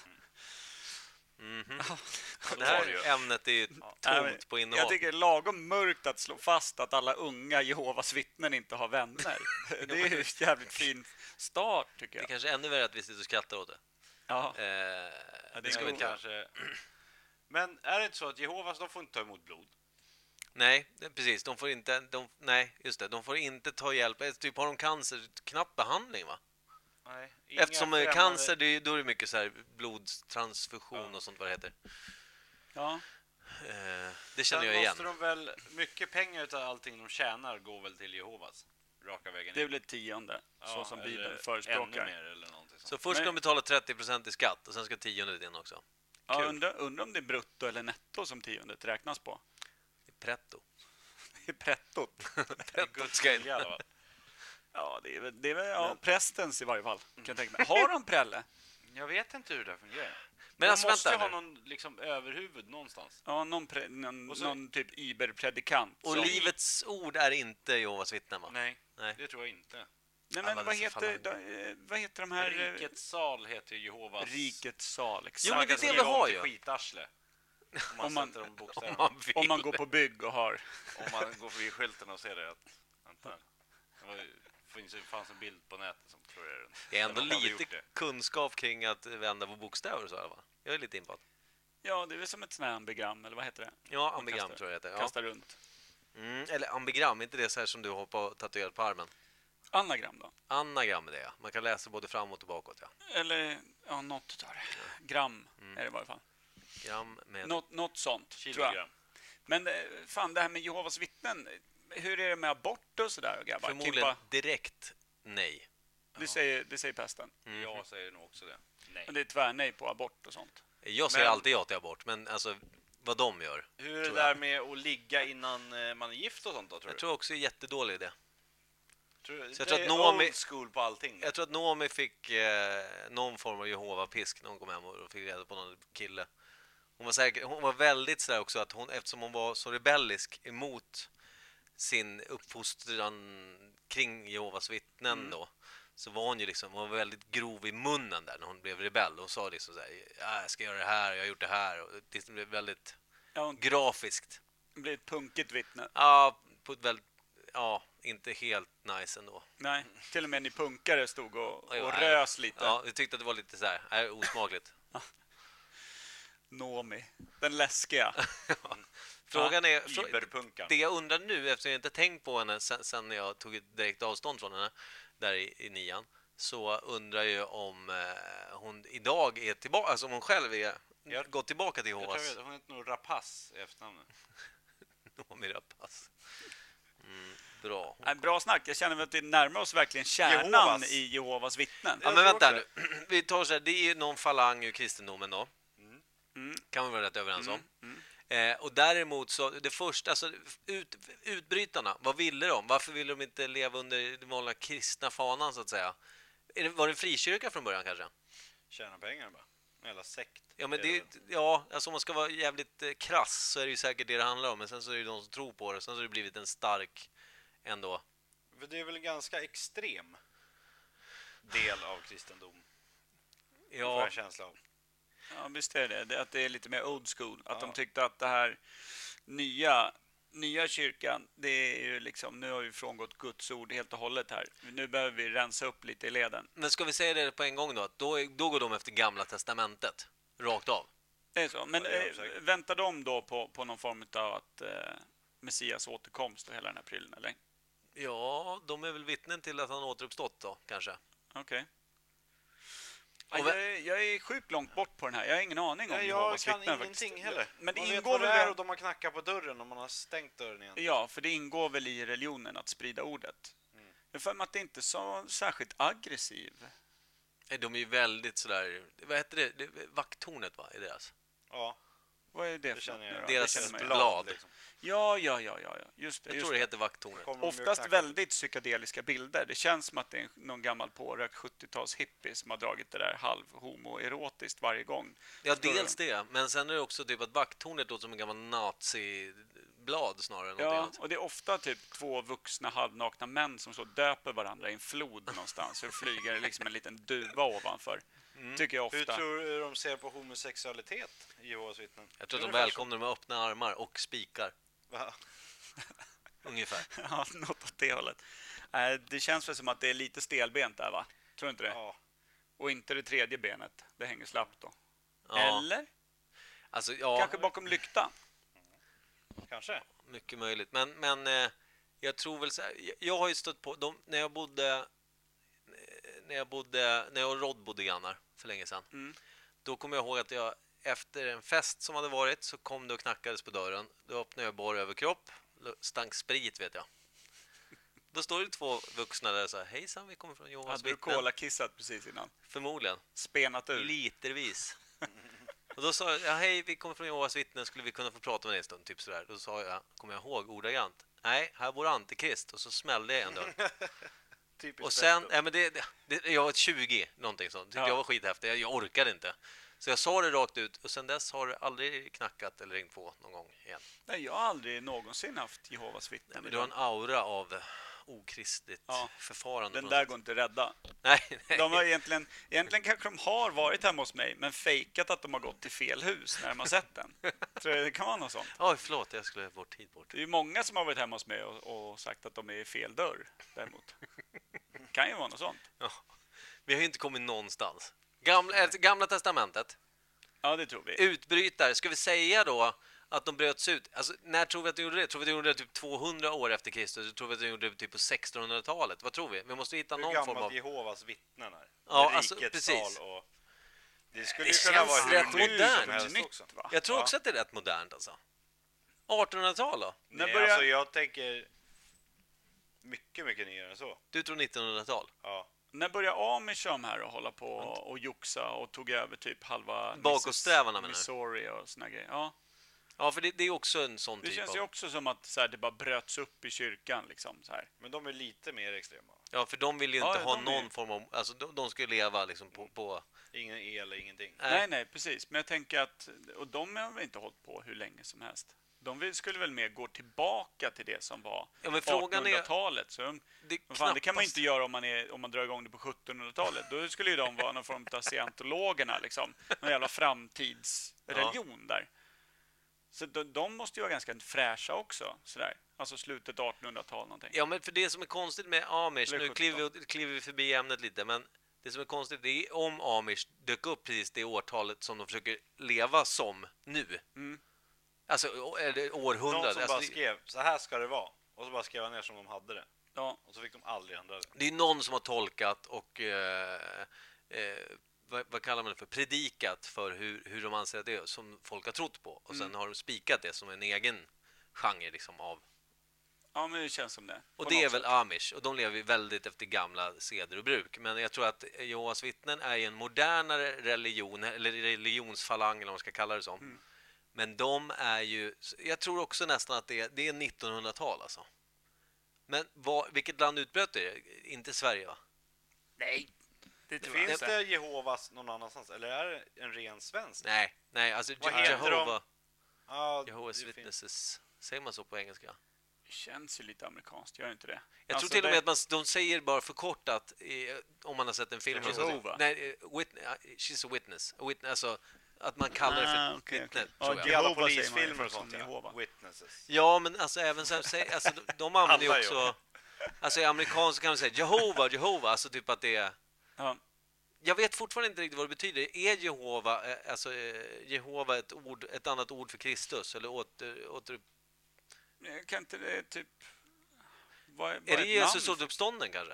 Mhm. Så Det var här det ju. ämnet är ju Nej, men tomt på innehåll. Jag tycker det är lagom mörkt att slå fast att alla unga Jehovas vittnen inte har vänner. Det är ju en jävligt fin start, tycker Det är jag. kanske är ännu värre att vi sitter och skrattar åt det. Ja. Eh, det det ska är vi inte göra. kanske... Men är det inte så att Jehovas, de får inte ta emot blod? Nej, det- precis. De får inte... De, nej, just det. De får inte ta hjälp. Eh, Typ har de cancer, knappt behandling, va? Nej. Inga Eftersom eh, främmande- cancer, det, är- då är det mycket så här blodtransfusion Ja. och sånt vad det heter. Ja. Eh, det känner Sen jag igen. måste de väl... Mycket pengar utav allting de tjänar går väl till Jehovas? Raka vägen Det är in. väl ett tionde, så Ja, som eller Bibeln Ännu förespråkar. mer eller någonting sånt. Så först ska Men- de betala trettio procent i skatt och sen ska tiondet in också. Ja, Kul. undrar, undrar om det är brutto eller netto som tiondet räknas på. Det är pretto. Det är prettot. Prettot ska in. I alla fall. Ja, det är väl, det är väl ja, prästens i varje fall. Kan jag tänka mig. Har de prälle? Jag vet inte hur det fungerar. Men de alltså, måste vänta ha nu. någon liksom, överhuvud någonstans. Ja, någon, pre, någon, Och så- någon typ iberpredikant. Och som- Livets ord är inte Jehovas vittnen, va? Nej, Nej. det tror jag inte. Nej, Ja, men vad vad det heter, faller. då, eh, vad heter de här... eh, Rikets sal heter ju Jehovas... Rikets sal, exakt. Jo, men det är Man kan det vi skriva om har till ju. Skitarsle. Om man, Om man- sätter de bokstäverna. Om man vill. Om man går på bygg och har... Om man går förbi skylten och ser det. Att, vänta. Det var, ju- finns, det fanns en bild på nätet som tror jag är den. Det är ändå De hade lite gjort det. kunskap kring att vända på bokstäver och så, va? Jag är lite inpad. Ja, det är väl som ett sånt här ambigram, eller vad heter det? Ja, ambigram kastar- tror jag det heter. Ja. Kasta runt. Mm, eller ambigram, inte det så här som du har på, tatuerat på armen? Anagram då? Anagram är det, ja. Man kan läsa både framåt och bakåt, ja. Eller, ja, något utav det. Gram Mm. är det i varje fall. Gram med... Något, något sånt, tror jag. Kilogram. Men eh, fan, det här med Jehovas vittnen. Hur är det med abort och sådär, grabbar? Förmodligen Kimpa, direkt nej. det, säger, det säger prästen. Mm. Jag säger nog också det. Nej. Men det är tvärnej på abort och sånt. Jag säger Men- alltid ja till abort, men alltså vad de gör. Hur är det tror där jag. med att ligga innan eh, man är gift och sånt då, tror Jag du? tror också det är jättedålig idé. Tror du? Så jag det tror är att Noomi- old school på allting. Jag tror att Noomi fick eh, någon form av Jehova-pisk när hon kom hem och fick reda på någon kille. Hon var, säker, hon var väldigt sådär också att hon, eftersom hon var så rebellisk emot sin uppfostran kring Jehovas vittnen Mm. då, så var hon ju liksom, hon var väldigt grov i munnen där när hon blev rebell. Hon sa liksom såhär, ja, jag ska göra det här, jag har gjort det här. Och det blev väldigt Ja, hon grafiskt. blir ett punkigt vittne. Ja, på ett väldigt, ja, inte helt nice ändå. Nej, till och med ni punkare stod och, Ja, och nej. rös lite. Ja, vi tyckte att det var lite så här, är osmakligt. Noomi. Den läskiga. Frågan är... frå- Iberpunkan. Det jag undrar nu, eftersom jag inte tänkt på henne sen, sen när jag tog ett direkt avstånd från henne där i, i nian, så undrar jag om eh, hon idag är tillbaka, alltså om hon själv är Jag- gått tillbaka till Jag Jehovas. tror att hon heter nog Rapace i efternamnet. Noomi Rapace. Mm, bra. Nej, bra snack. Jag känner att vi närmar oss verkligen kärnan Jehovas. i Jehovas vittnen. Ja, Jag men tror vänta också nu. Vi tar så här, det är ju någon falang ur kristendomen då. Mm. Kan vi vara rätt överens om. Mm. Eh, och däremot så, det första, alltså ut, utbrytarna, vad ville de? Varför ville de inte leva under den vanliga kristna fanan så att säga? Är det, var det en frikyrka från början kanske? Tjäna pengar bara. En jävla sekt. Ja, men Är det, ja, alltså om man ska vara jävligt eh, krass så är det ju säkert det det handlar om. Men sen så är det ju de som tror på det. Sen så har det blivit en stark ändå. För det är väl en ganska extrem del av kristendom. Får Ja, jag känsla av. Ja, visst är det. det. Att det är lite mer old school. Att Ja. de tyckte att det här nya, nya kyrkan, det är ju liksom, nu har vi frångått Guds ord helt och hållet här. Nu behöver vi rensa upp lite i leden. men ska vi säga det på en gång då? Att Då, är- då går de efter gamla testamentet. Rakt av. Det är så. Men Ja, det är de eh, säkert. väntar de då på, på någon form av att eh, Messias återkomst och hela den här prylen, eller? Ja, de är väl vittnen till att han återuppstått då, kanske. Okej. Och Ja, vä- jag, är- jag är sjukt långt bort på den här. Jag har ingen aning om Nej, jag Jehovas kan vittnen ingenting faktiskt. heller. Men det man vet ingår vad det väl är väl- och de har knackat på dörren och man har stängt dörren igen. Ja, för det ingår väl i religionen att sprida ordet. Mm. Jag har för mig att det inte är så särskilt aggressiv. Nej, de är ju väldigt sådär... Vad heter det? det vakttornet, va? Är deras? Ja, Vad är det det för känner något jag. nu då? Deras Det känner man ju. blad. liksom. Ja, ja, ja, ja, ja. Just det. Jag Just tror det det. heter vakttornet. Kommer de ju Oftast knacka. väldigt psykedeliska bilder. Det känns som att det är någon gammal pårökt sjuttio-tals hippie som har dragit det där halv-homoerotiskt varje gång. Ja, Förstår dels det. Men sen är det också typ att vakttornet låter som en gammal naziblad snarare än något Ja, annat. och det är ofta typ två vuxna halvnakna män som så döper varandra i en flod någonstans. Så det flyger liksom en liten duva ovanför. Tycker jag Hur ofta. tror du de ser på homosexualitet i Jehovas vittnen? Jag tror att de Ungefär välkomnar med öppna armar och spikar. så. Va? Ungefär. Ja, något åt det hållet. Äh, det känns väl som att det är lite stelbent där, va? Tror du inte det? Ja. Och inte det tredje benet. Det hänger slappt då. Ja, Eller? alltså, ja, Kanske bakom lykta. Kanske. mycket möjligt. Men, men eh, jag tror väl så här, jag, jag har ju stött på, de, när jag bodde, eh, när jag bodde, när jag och Rod bodde grannar för länge sedan. Mm. Då kommer jag ihåg att jag, efter en fest som hade varit, så kom det och knackades på dörren. Då öppnade jag bara överkropp, stank sprit vet jag. Då står det två vuxna där och säger, hejsan, vi kommer från Jehovas Hade du vittnen. kolakissat precis innan? Förmodligen. Spenat ur? Litervis. Och då sa jag, ja, hej, vi kommer från Jehovas vittnen, skulle vi kunna få prata med dig en stund, typ sådär. Då sa jag, kommer jag ihåg ordagrant, nej, här bor Antikrist. Och så smällde jag en dörr. Typiskt Och sen, bäst. nej, men det, det, jag var tjugo, någonting sånt. Tyckte Ja. jag var skithäftig, jag, jag orkade inte. Så jag sa det rakt ut, och sen dess har det aldrig knackat eller ringt på någon gång igen. Nej, jag har aldrig någonsin haft Jehovas vittnen. Nej, men du har en aura av eh, okristligt Ja. förfarande. Den på något där sätt. går inte att rädda. Nej, nej. De har egentligen, egentligen kanske de har varit hemma hos mig, men fejkat att de har gått till fel hus när de har sett den. Tror jag det kan vara något sånt. Oj, förlåt, jag skulle ha vår tid bort. Det är ju många som har varit hemma hos mig och, och sagt att de är i fel dörr, däremot. Kan ju vara något sånt. Ja. Vi har ju inte kommit någonstans. Gamla, äh, gamla testamentet. Ja, det tror vi. Utbrytare, ska vi säga då att de bröts ut? Alltså, när tror vi att de gjorde det? Tror vi att de gjorde det typ tvåhundra år efter Kristus? Eller tror vi att de gjorde det typ på sextonhundratalet? Vad tror vi? Vi måste hitta Hur någon gammalt form av... Jehovas vittnen är. Ja, Med alltså, rikets precis. tal och... Det skulle Det ju kunna känns vara hur rätt nytt modernt. som helst Nytt, också. va? Jag tror Ja. också att det är rätt modernt alltså. artonhundratal då? När Nej, börjar- alltså jag tänker mycket, mycket nyare än så. Du tror nittonhundratal? Ja. När började Amish de här och hålla på och joxa och tog över typ halva Bakåtsträvarna, menar du? Missouri och såna grejer? Ja, Ja, för det, det är också en sån det typ känns av... ju också som att så här, det bara bröts upp i kyrkan liksom så här. Men de är lite mer extrema. Ja, för de vill ju Ja, inte ha de är- någon form av... Alltså, de, de ska ju leva liksom på... på... Ingen el, ingenting. Nej. Nej, nej, precis. Men jag tänker att, och de har väl inte hållit på hur länge som helst. De vill, skulle väl mer gå tillbaka till det som var Ja, men frågan är... artonhundratalet. Så de, Det, är vad fan, det kan man knappast- inte göra om man, är, om man drar igång det på sjuttonhundratalet. Då skulle ju de vara någon form av scientologerna, liksom. Någon jävla framtidsreligion där. Så de, de måste ju vara ganska fräscha också, sådär. Alltså slutet artonhundratal någonting. Ja, men för det som är konstigt med Amish, Eller nu sjutton. kliver vi, kliver vi förbi ämnet lite, men Det som är konstigt är om Amish dök upp precis det årtalet som de försöker leva som nu. Mm. Alltså, eller Någon århundrade. som Alltså, bara det, skrev, så här ska det vara. Och så bara skrev han ner som de hade det. Ja. Och så fick de aldrig ändra det. det är någon som har tolkat och eh, eh, vad, vad kallar man det för? Predikat för hur, hur de anser att det är, som folk har trott på. Och sen Mm. har de spikat det som en egen genre liksom av. Ja, men det känns som det. Och På det är något väl sätt. Amish, och de lever ju väldigt efter gamla seder och bruk. Men jag tror att Jehovas vittnen är en modernare religion, eller religionsfalang eller vad man ska kalla det som. Mm. Men de är ju, jag tror också nästan att det är, det är nittonhundratal alltså. Men vad, vilket land utbröt det? Inte Sverige, va? Nej, det tror jag Finns inte. det Jehovas någon annanstans? Eller är det en ren svensk? Nej, nej, alltså Vad Je- heter Jehova, Ja, Jehovas det finns. Witnesses. Säger man så på engelska? Det känns ju lite amerikanskt, gör det inte det? Jag Alltså, tror till och med det- att man, de säger bara förkortat eh, om man har sett en film. eller Jehova. någonting. Nej, eh, wit, eh, she's a witness. A witness. Alltså att man kallar det för Ah, okej, vittne, okej. tror Ja, jag. I alla Jehova säger man ju polisfilmer och faktiskt sånt, som ja. Jehova. Witnesses. Ja, men alltså även så, säg- alltså, de, de använder ju Alla också, alltså i amerikanska kan man säga Jehova, Jehova, alltså typ att det är. Ja. Jag vet fortfarande inte riktigt vad det betyder. Är Jehova, eh, alltså eh, Jehova ett ord, ett annat ord för Kristus eller åter, åter Jag kan inte det typ... Vad, vad är det ett Jesus namn? återuppstånden kanske?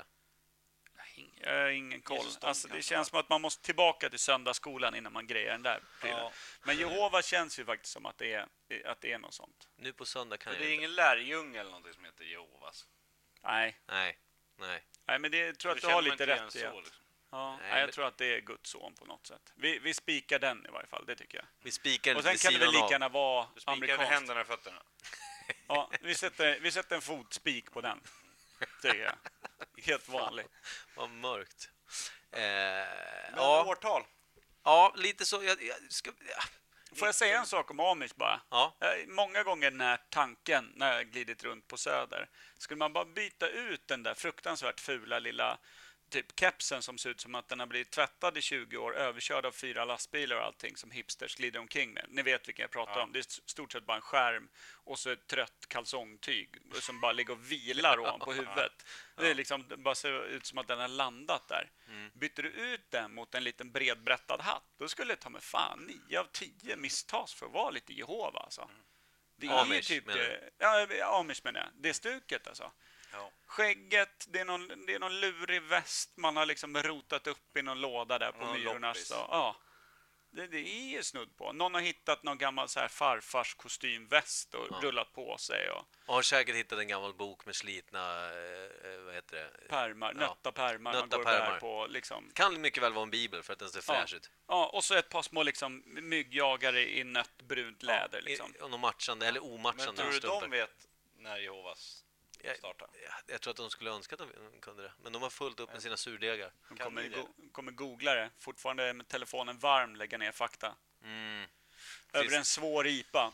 Jag har ingen koll. Jesus stånd Alltså, det kanske, känns som att man måste tillbaka till söndagsskolan innan man grejer den där prylen. Ja. Men Jehova känns ju faktiskt som att det är, att det är något sånt. Nu på söndag kan Men jag det är inte. ingen lärjunge eller någonting som heter Jehovas. Nej, Nej, nej. nej men det jag tror Då att du har känner man lite inte igen rätt i. så, Att, liksom. ja, Nej, nej, jag men- tror att det är Guds son på något sätt. Vi, vi spikar den i varje fall, det tycker jag. Vi spikar Och lite sen vid kan det väl sidan lika av. gärna vara Du spikar med amerikanskt. händerna i fötterna. Ja, vi sätter, vi sätter en fotspik på den. Det är helt vanligt. Vad mörkt. Eh, Men ja, årtal? ja, lite så. Jag, jag ska, ja. Får jag säga en sak om Amish bara? Ja. Eh, Många gånger när tanken, när jag glidit runt på Söder, skulle man bara byta ut den där fruktansvärt fula lilla typ kepsen som ser ut som att den har blivit tvättad i tjugo år, överkörd av fyra lastbilar och allting som hipsters glider omkring med. Ni vet vilken jag pratar Ja. om. Det är stort sett bara en skärm och så ett trött kalsongtyg som bara ligger och vilar ovanpå huvudet. Det är liksom, det bara ser ut som att den har landat där. Mm. Byter du ut den mot en liten bredbrättad hatt, då skulle det ta med fan nio av tio misstas för att vara lite Jehova alltså. Det är ju Amish, typ menar det, ja, Amish menar jag. Det är stuket alltså. Ja. Skägget, det är, någon, det är någon lurig väst man har liksom rotat upp i någon låda där på Någon myrorna. loppis. Så, ja. det, det är ju snudd på. Någon har hittat någon gammal så här farfars kostymväst och Ja. rullat på sig och Och har säkert hittat en gammal bok med slitna, eh, vad heter det? pärmar, Ja. nötta pärmar man Nötta går pärmar. där på liksom. Kan mycket väl vara en bibel för att den ser fräsch ut. Ja, och så ett par små liksom myggjagare i nött brunt läder liksom. I, och någon matchande eller Men omatchande tror du strumpor. de vet när Jehovas Jag, startar? jag, jag tror att de skulle önska att de kunde det. Men de har fullt upp med sina surdegar. De Kan kommer, ni det? go kommer googla det. Fortfarande är med telefonen varm, lägga ner fakta. Mm. Över Precis. en svår I P A.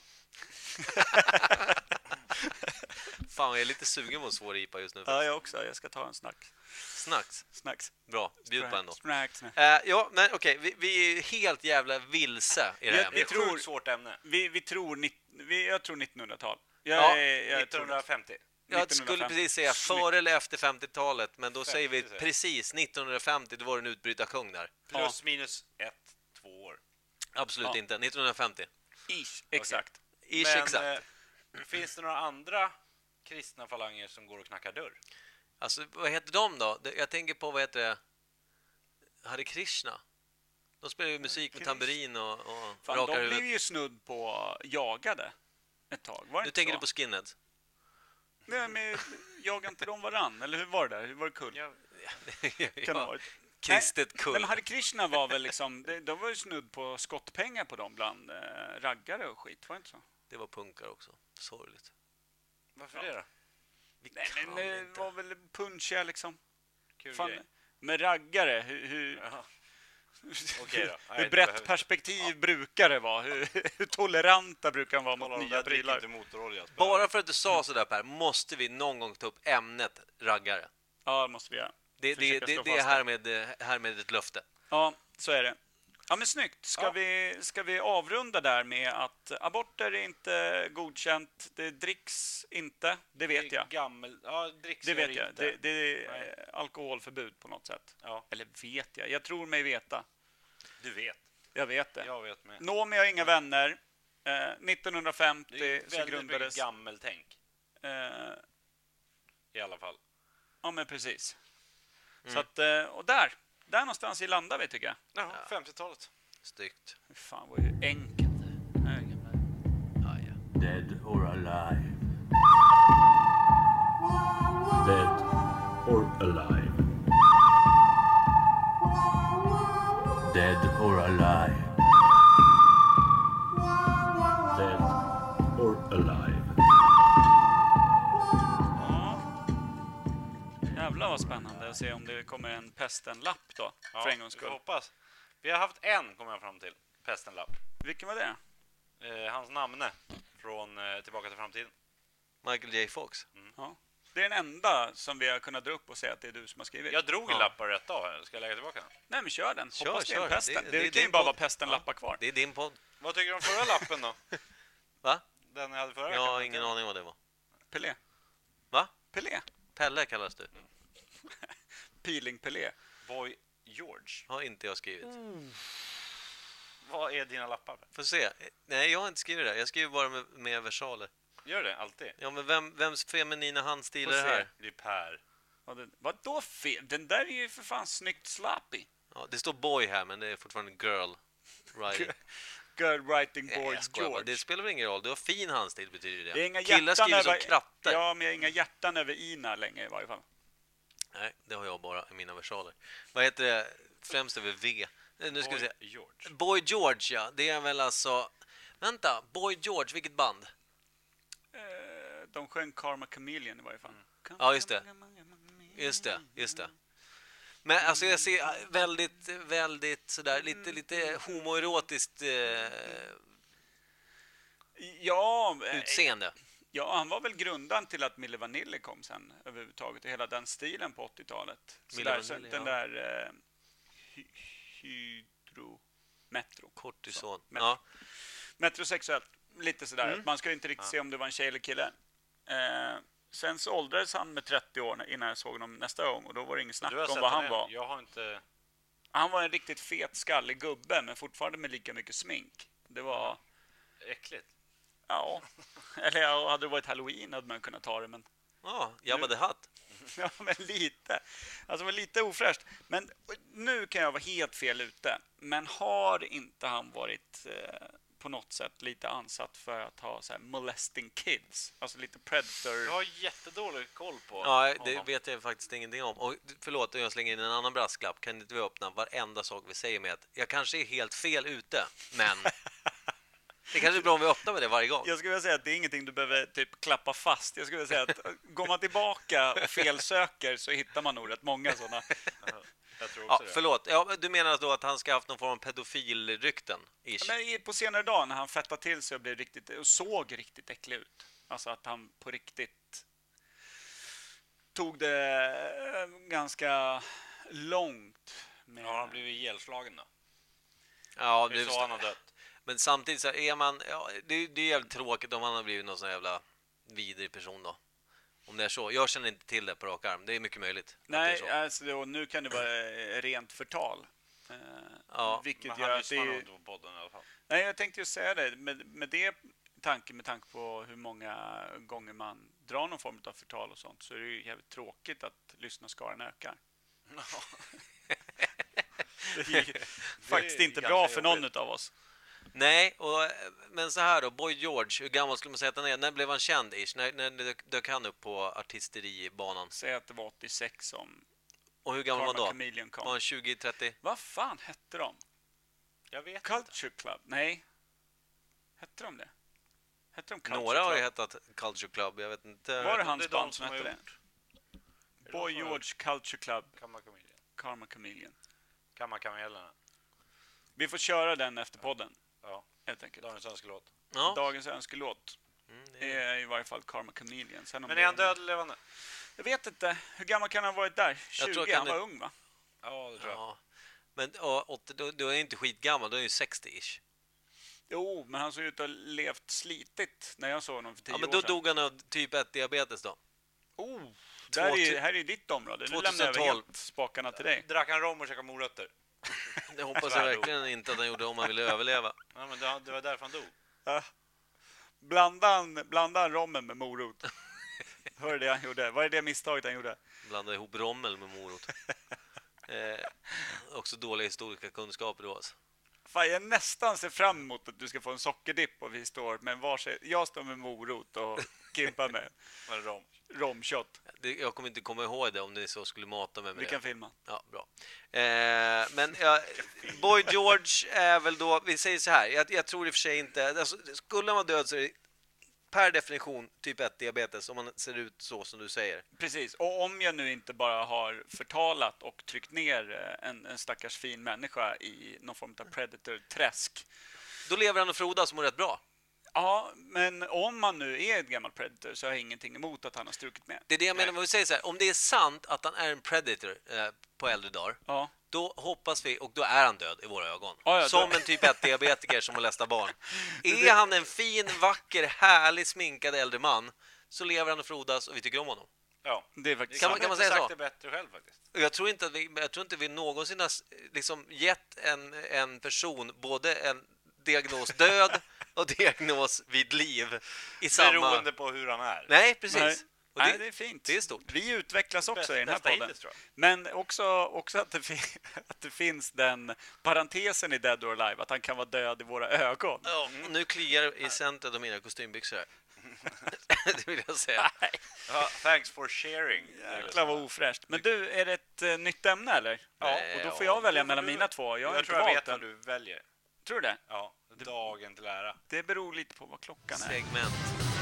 Fan, jag är lite sugen på en svår I P A just nu. Ja, jag också. Jag ska ta en snack. Snacks. Snacks. Bra, bjud på en då. Snacks. nej. Eh, ja, men okej, vi, vi är helt jävla vilse i det här Jag- Det är ämnet. ett tror- sjukt svårt ämne. Vi, vi tror, nitt- vi, jag tror nittonhundratal. Jag, Ja, är- jag tror nittonhundrafemtio. Jag skulle precis säga före eller efter femtiotalet, men då säger vi femtio, säger jag. precis nittonhundrafemtio, då var det en utbrytarkung där. Plus minus ett, två år. Absolut Ja. inte, nittonhundrafemtio. Ish, exakt. Ish, Men exakt. eh, finns det några andra kristna falanger som går och knackar dörr? Alltså, vad heter de då? Det- Jag tänker på, vad heter det? Hare Krishna. De spelar ju musik med Krishna. tamburin och, och Fan, rakar de huvudet. blev ju snudd på jagade ett tag. Var det Nu inte tänker så? du på skinheads. Nej, men jagade inte de varann? Eller hur var det där? Hur var det kul? Jag, Kan det ha ja, varit? kristet Nej, kull. men Hare Krishna var väl liksom, de, de var ju snudd på skottpengar på dem bland eh, raggare och skit, var det inte så? Det var punkar också. Sorgligt. varför Ja. det då? Vi Nej, kan men det inte. var väl punchiga liksom. Kul Fan, grej. med raggare, hur, hur, Jaha. Okej då. Nej, hur det brett behöver- perspektiv brukar det vara? Hur, hur toleranta brukar de vara Kolla, mot de nya där dricker prylar? inte motorolja. Bara för att du sa sådär Per, måste vi någon gång ta upp ämnet raggare. Ja, det måste vi göra. Det, det, Försöka det, slå det är fast härmed, härmed ett löfte. Ja, så är det. Ja, men snyggt. Ska, Ja. vi, ska vi avrunda där med att aborter är inte godkänt, det dricks inte, det vet jag. Gammel, ja, dricks Det gör vet jag. inte. Det, det är Nej. eh, alkoholförbud på något sätt. Ja, Eller vet jag? Jag tror mig veta. du vet. Jag vet det. Jag vet med. Nå, men jag har inga vänner. Eh, nittonhundrafemtio Det är så väldigt grundades... mycket gammeltänk Eh, i alla fall. ja, men precis. Mm. Så att, eh, och där. Där någonstans i landar vi, tycker jag. Jaha, Ja. femtiotalet. Styggt. Fy fan, vad ju enkelt. Nej, gamla- Ja, ja. Dead or alive. Dead or alive. Dead or alive. Dead or alive. Ja. Jävlar vad spännande att se om det kommer en pesten-lapp då. Ja, för en gångs vi får skull. hoppas. Vi har haft en, kommer jag fram till. Pestenlapp. Vilken var det? Eh, hans namne från eh, Tillbaka till framtiden. Michael J. Fox. Ja. Det är den enda som vi har kunnat dra upp och säga att det är du som har skrivit. Jag drog Ja. lappar rätt av här. Ska jag lägga tillbaka den? Nej, men kör den. Kör, Hoppas det är en kör. pesten. Det- Det, det är kan ju din bara vara podd. pesten-lappar kvar. Det är din podd. Vad tycker du om förra lappen då? Va? Den jag hade förra Jag har veckan. ingen aning vad det var. Pelé. Va? Pelé. Pelle kallas du. Peeling-Pelé. Boy George. Har inte jag skrivit. Vad är dina lappar? Får se. Nej, jag har inte skrivit det. Jag skriver bara med, med versaler. Gör det alltid. Ja, men vem, vems feminina handstil Får är det se. här? Det är Per. Ja, det, vadå fel? Den där är ju för fan snyggt slappy. Ja, det står boy här, men det är fortfarande girl. Right. Girl writing Nej, boy jag skojar bara. George. Det spelar väl ingen roll. Du har fin handstil, betyder det. Det är inga Killar hjärtan skriver som över... krattar. Ja, men jag har inga hjärtan över ina längre i varje fall. Nej, det har jag bara i mina versaler. Vad heter det? Främst över V. Nu ska vi Boy se. George. Boy George, ja. Det är väl alltså... Vänta, Boy George, vilket band? Eh, de sjöng Karma Chameleon i varje fall. Ja, just det. Just det, just det. Men alltså jag ser väldigt, väldigt sådär, lite, lite homoerotiskt eh, Ja, eh, utseende. ja, han var väl grundaren till att Milli Vanilli kom sen överhuvudtaget och hela den stilen på åttiotalet. Så Milli där, så Vanilli, den ja. där eh, hy, hydro metro. Kortison. Så, Ja. Metrosexuellt, lite sådär. Mm. Man ska ju inte riktigt se om det var en tjej eller kille. Eh, sen så åldrades han med trettio år innan jag såg honom nästa gång och då var det inget snack Du har om sett vad han den var. än. Jag har inte... Han var en riktigt fet, skallig gubbe men fortfarande med lika mycket smink. Det var... Äckligt. Ja, eller ja, hade det varit Halloween hade man kunnat ta det, men Ja, Jabba the Hutt. ja, men lite. Alltså, det var lite ofräscht. Men nu kan jag vara helt fel ute. Men har inte han varit eh, på något sätt lite ansatt för att ha så här molesting kids? Alltså lite predator. Jag har jättedålig koll på Ja, det honom. vet jag faktiskt ingenting om. Och förlåt om jag slänger in en annan brasklapp. Kan inte vi öppna varenda sak vi säger med att jag kanske är helt fel ute, men det kanske är bra om vi öppnar med det varje gång. Jag skulle vilja säga att det är ingenting du behöver typ klappa fast. Jag skulle vilja säga att går man tillbaka och felsöker så hittar man nog rätt många sådana. Jag tror Ja, också det. förlåt. Ja, men du menar då att han ska ha haft någon form av pedofilrykten? Ish. Men i- på senare dagar när han fettade till sig och blev riktigt och såg riktigt äcklig ut. Alltså att han på riktigt tog det eh, ganska långt. Med... Har han blivit ihjälslagen då? Ja, Det det är så han har dött. Men samtidigt så är man... Ja, det, det är jävligt tråkigt om han har blivit någon sån jävla vidrig person då. Om det är så. Jag känner inte till det på rak arm. Det är mycket möjligt. att Nej, det är så. alltså då, nu kan det vara eh, rent förtal. Eh, Ja, vilket Men gör han att det lyssnar nog är... inte på podden i alla fall. Nej, jag tänkte ju säga det. Med, med det tanke, med tanke på hur många gånger man drar någon form av förtal och sånt så är det ju jävligt tråkigt att lyssnarskaran ökar. Det är ju faktiskt inte ganska bra för någon jobbigt. av oss. Nej, och, men så här då. Boy George, hur gammal skulle man säga att han är? När blev han känd ish? När, när dök- dök han upp på artisteribanan? Säg att det var åttiosex som Och hur gammal var Karma han då? Chameleon kom. Var han tjugo trettio? Vad fan hette de? Jag vet inte. Culture Club? Nej. Hette de det? Hette de Culture Några har ju Club? hetat Culture Club, jag vet inte. Var det Det hans är de band som som har hette det? gjort. Är det Boy de som har George Culture Club, Kamma Chameleon. Karma Chameleon. Kamma Kamelerna. Vi får köra den efter podden, Ja, helt enkelt. dagens önskelåt. Ja. Dagens önskelåt Mm, det är... är i varje fall Karma Chameleon. Sen om Men det är han död eller levande? Jag vet inte. Hur gammal kan han ha varit där? Jag tror tjugo? att Han han var är- ung, va? Ja, det tror jag. Ja. Men ja, åttio, då, då är jag inte skitgammal, då är jag ju sextio-ish. Jo, men han såg ut att ha levt slitigt när jag såg honom för tio Ja, men år då sedan. dog han av typ ett diabetes då. Oh, där är, här är ditt område. Nu lämnar jag över tjugotolv. helt spakarna till dig. Drack han rom och käkade morötter? Det hoppas jag verkligen inte att han gjorde om han ville överleva. Ja, men det, det var därför han dog. Ja. Blanda han, blanda han rommen med morot. Hör det han gjorde? Vad är det misstaget han gjorde? Blanda ihop rommel med morot. Eh, också dåliga historiska kunskaper då alltså. Fan, jag nästan ser fram emot att du ska få en sockerdipp och vi står med en varsin. Jag står med morot och Kimpa med Var det rom? romshot. Det, jag kommer inte komma ihåg det om ni så skulle mata mig med Vi det. kan filma. Ja, bra. Eh, men ja, Boy George är väl då, vi säger så här, jag, jag tror i och för sig inte, alltså, skulle han vara död så är det per definition typ ett diabetes om man ser ut så som du säger. Precis, och om jag nu inte bara har förtalat och tryckt ner en, en stackars fin människa i någon form av predator-träsk. Då lever han och frodas och mår rätt bra. Ja, men om man nu är ett gammalt predator så har jag ingenting emot att han har strukit med. Det är det jag menar, vad vi säger så här, om det är sant att han är en predator eh, på äldre dagar, Ja. då hoppas vi, och då är han död i våra ögon. Ja, ja, som då- en typ ett diabetiker som har lästa barn. Är han en fin, vacker, härlig, sminkad äldre man, så lever han och frodas och vi tycker om honom. Ja. Det är faktiskt Kan man- sant. kan man inte säga sagt så? det bättre själv faktiskt. Och jag tror inte att vi, jag tror inte vi någonsin har liksom gett en, en person både en diagnos död och diagnos vid liv i samma... Beroende på hur han är. Nej, precis. Nej. Och det, Nej, det är fint. det är stort. Vi utvecklas också Bästa- i den här bästa podden. hittills, tror jag. Men också, också att, det fin- att det finns den parentesen i Dead or Alive, att han kan vara död i våra ögon. Ja, och nu kliar i centret av mina kostymbyxor här. Det vill jag säga. Ja, thanks for sharing. Jäklar vad ofräscht. Men du, är det ett uh, nytt ämne eller? Ja. Och då får jag välja mellan du- mina två. Jag har Jag inte tror jag valt vet vad den. du väljer. Tror du det? Ja, dagen till ära. Det beror lite på vad klockan är. Segment.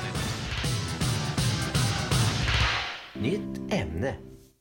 Nytt ämne.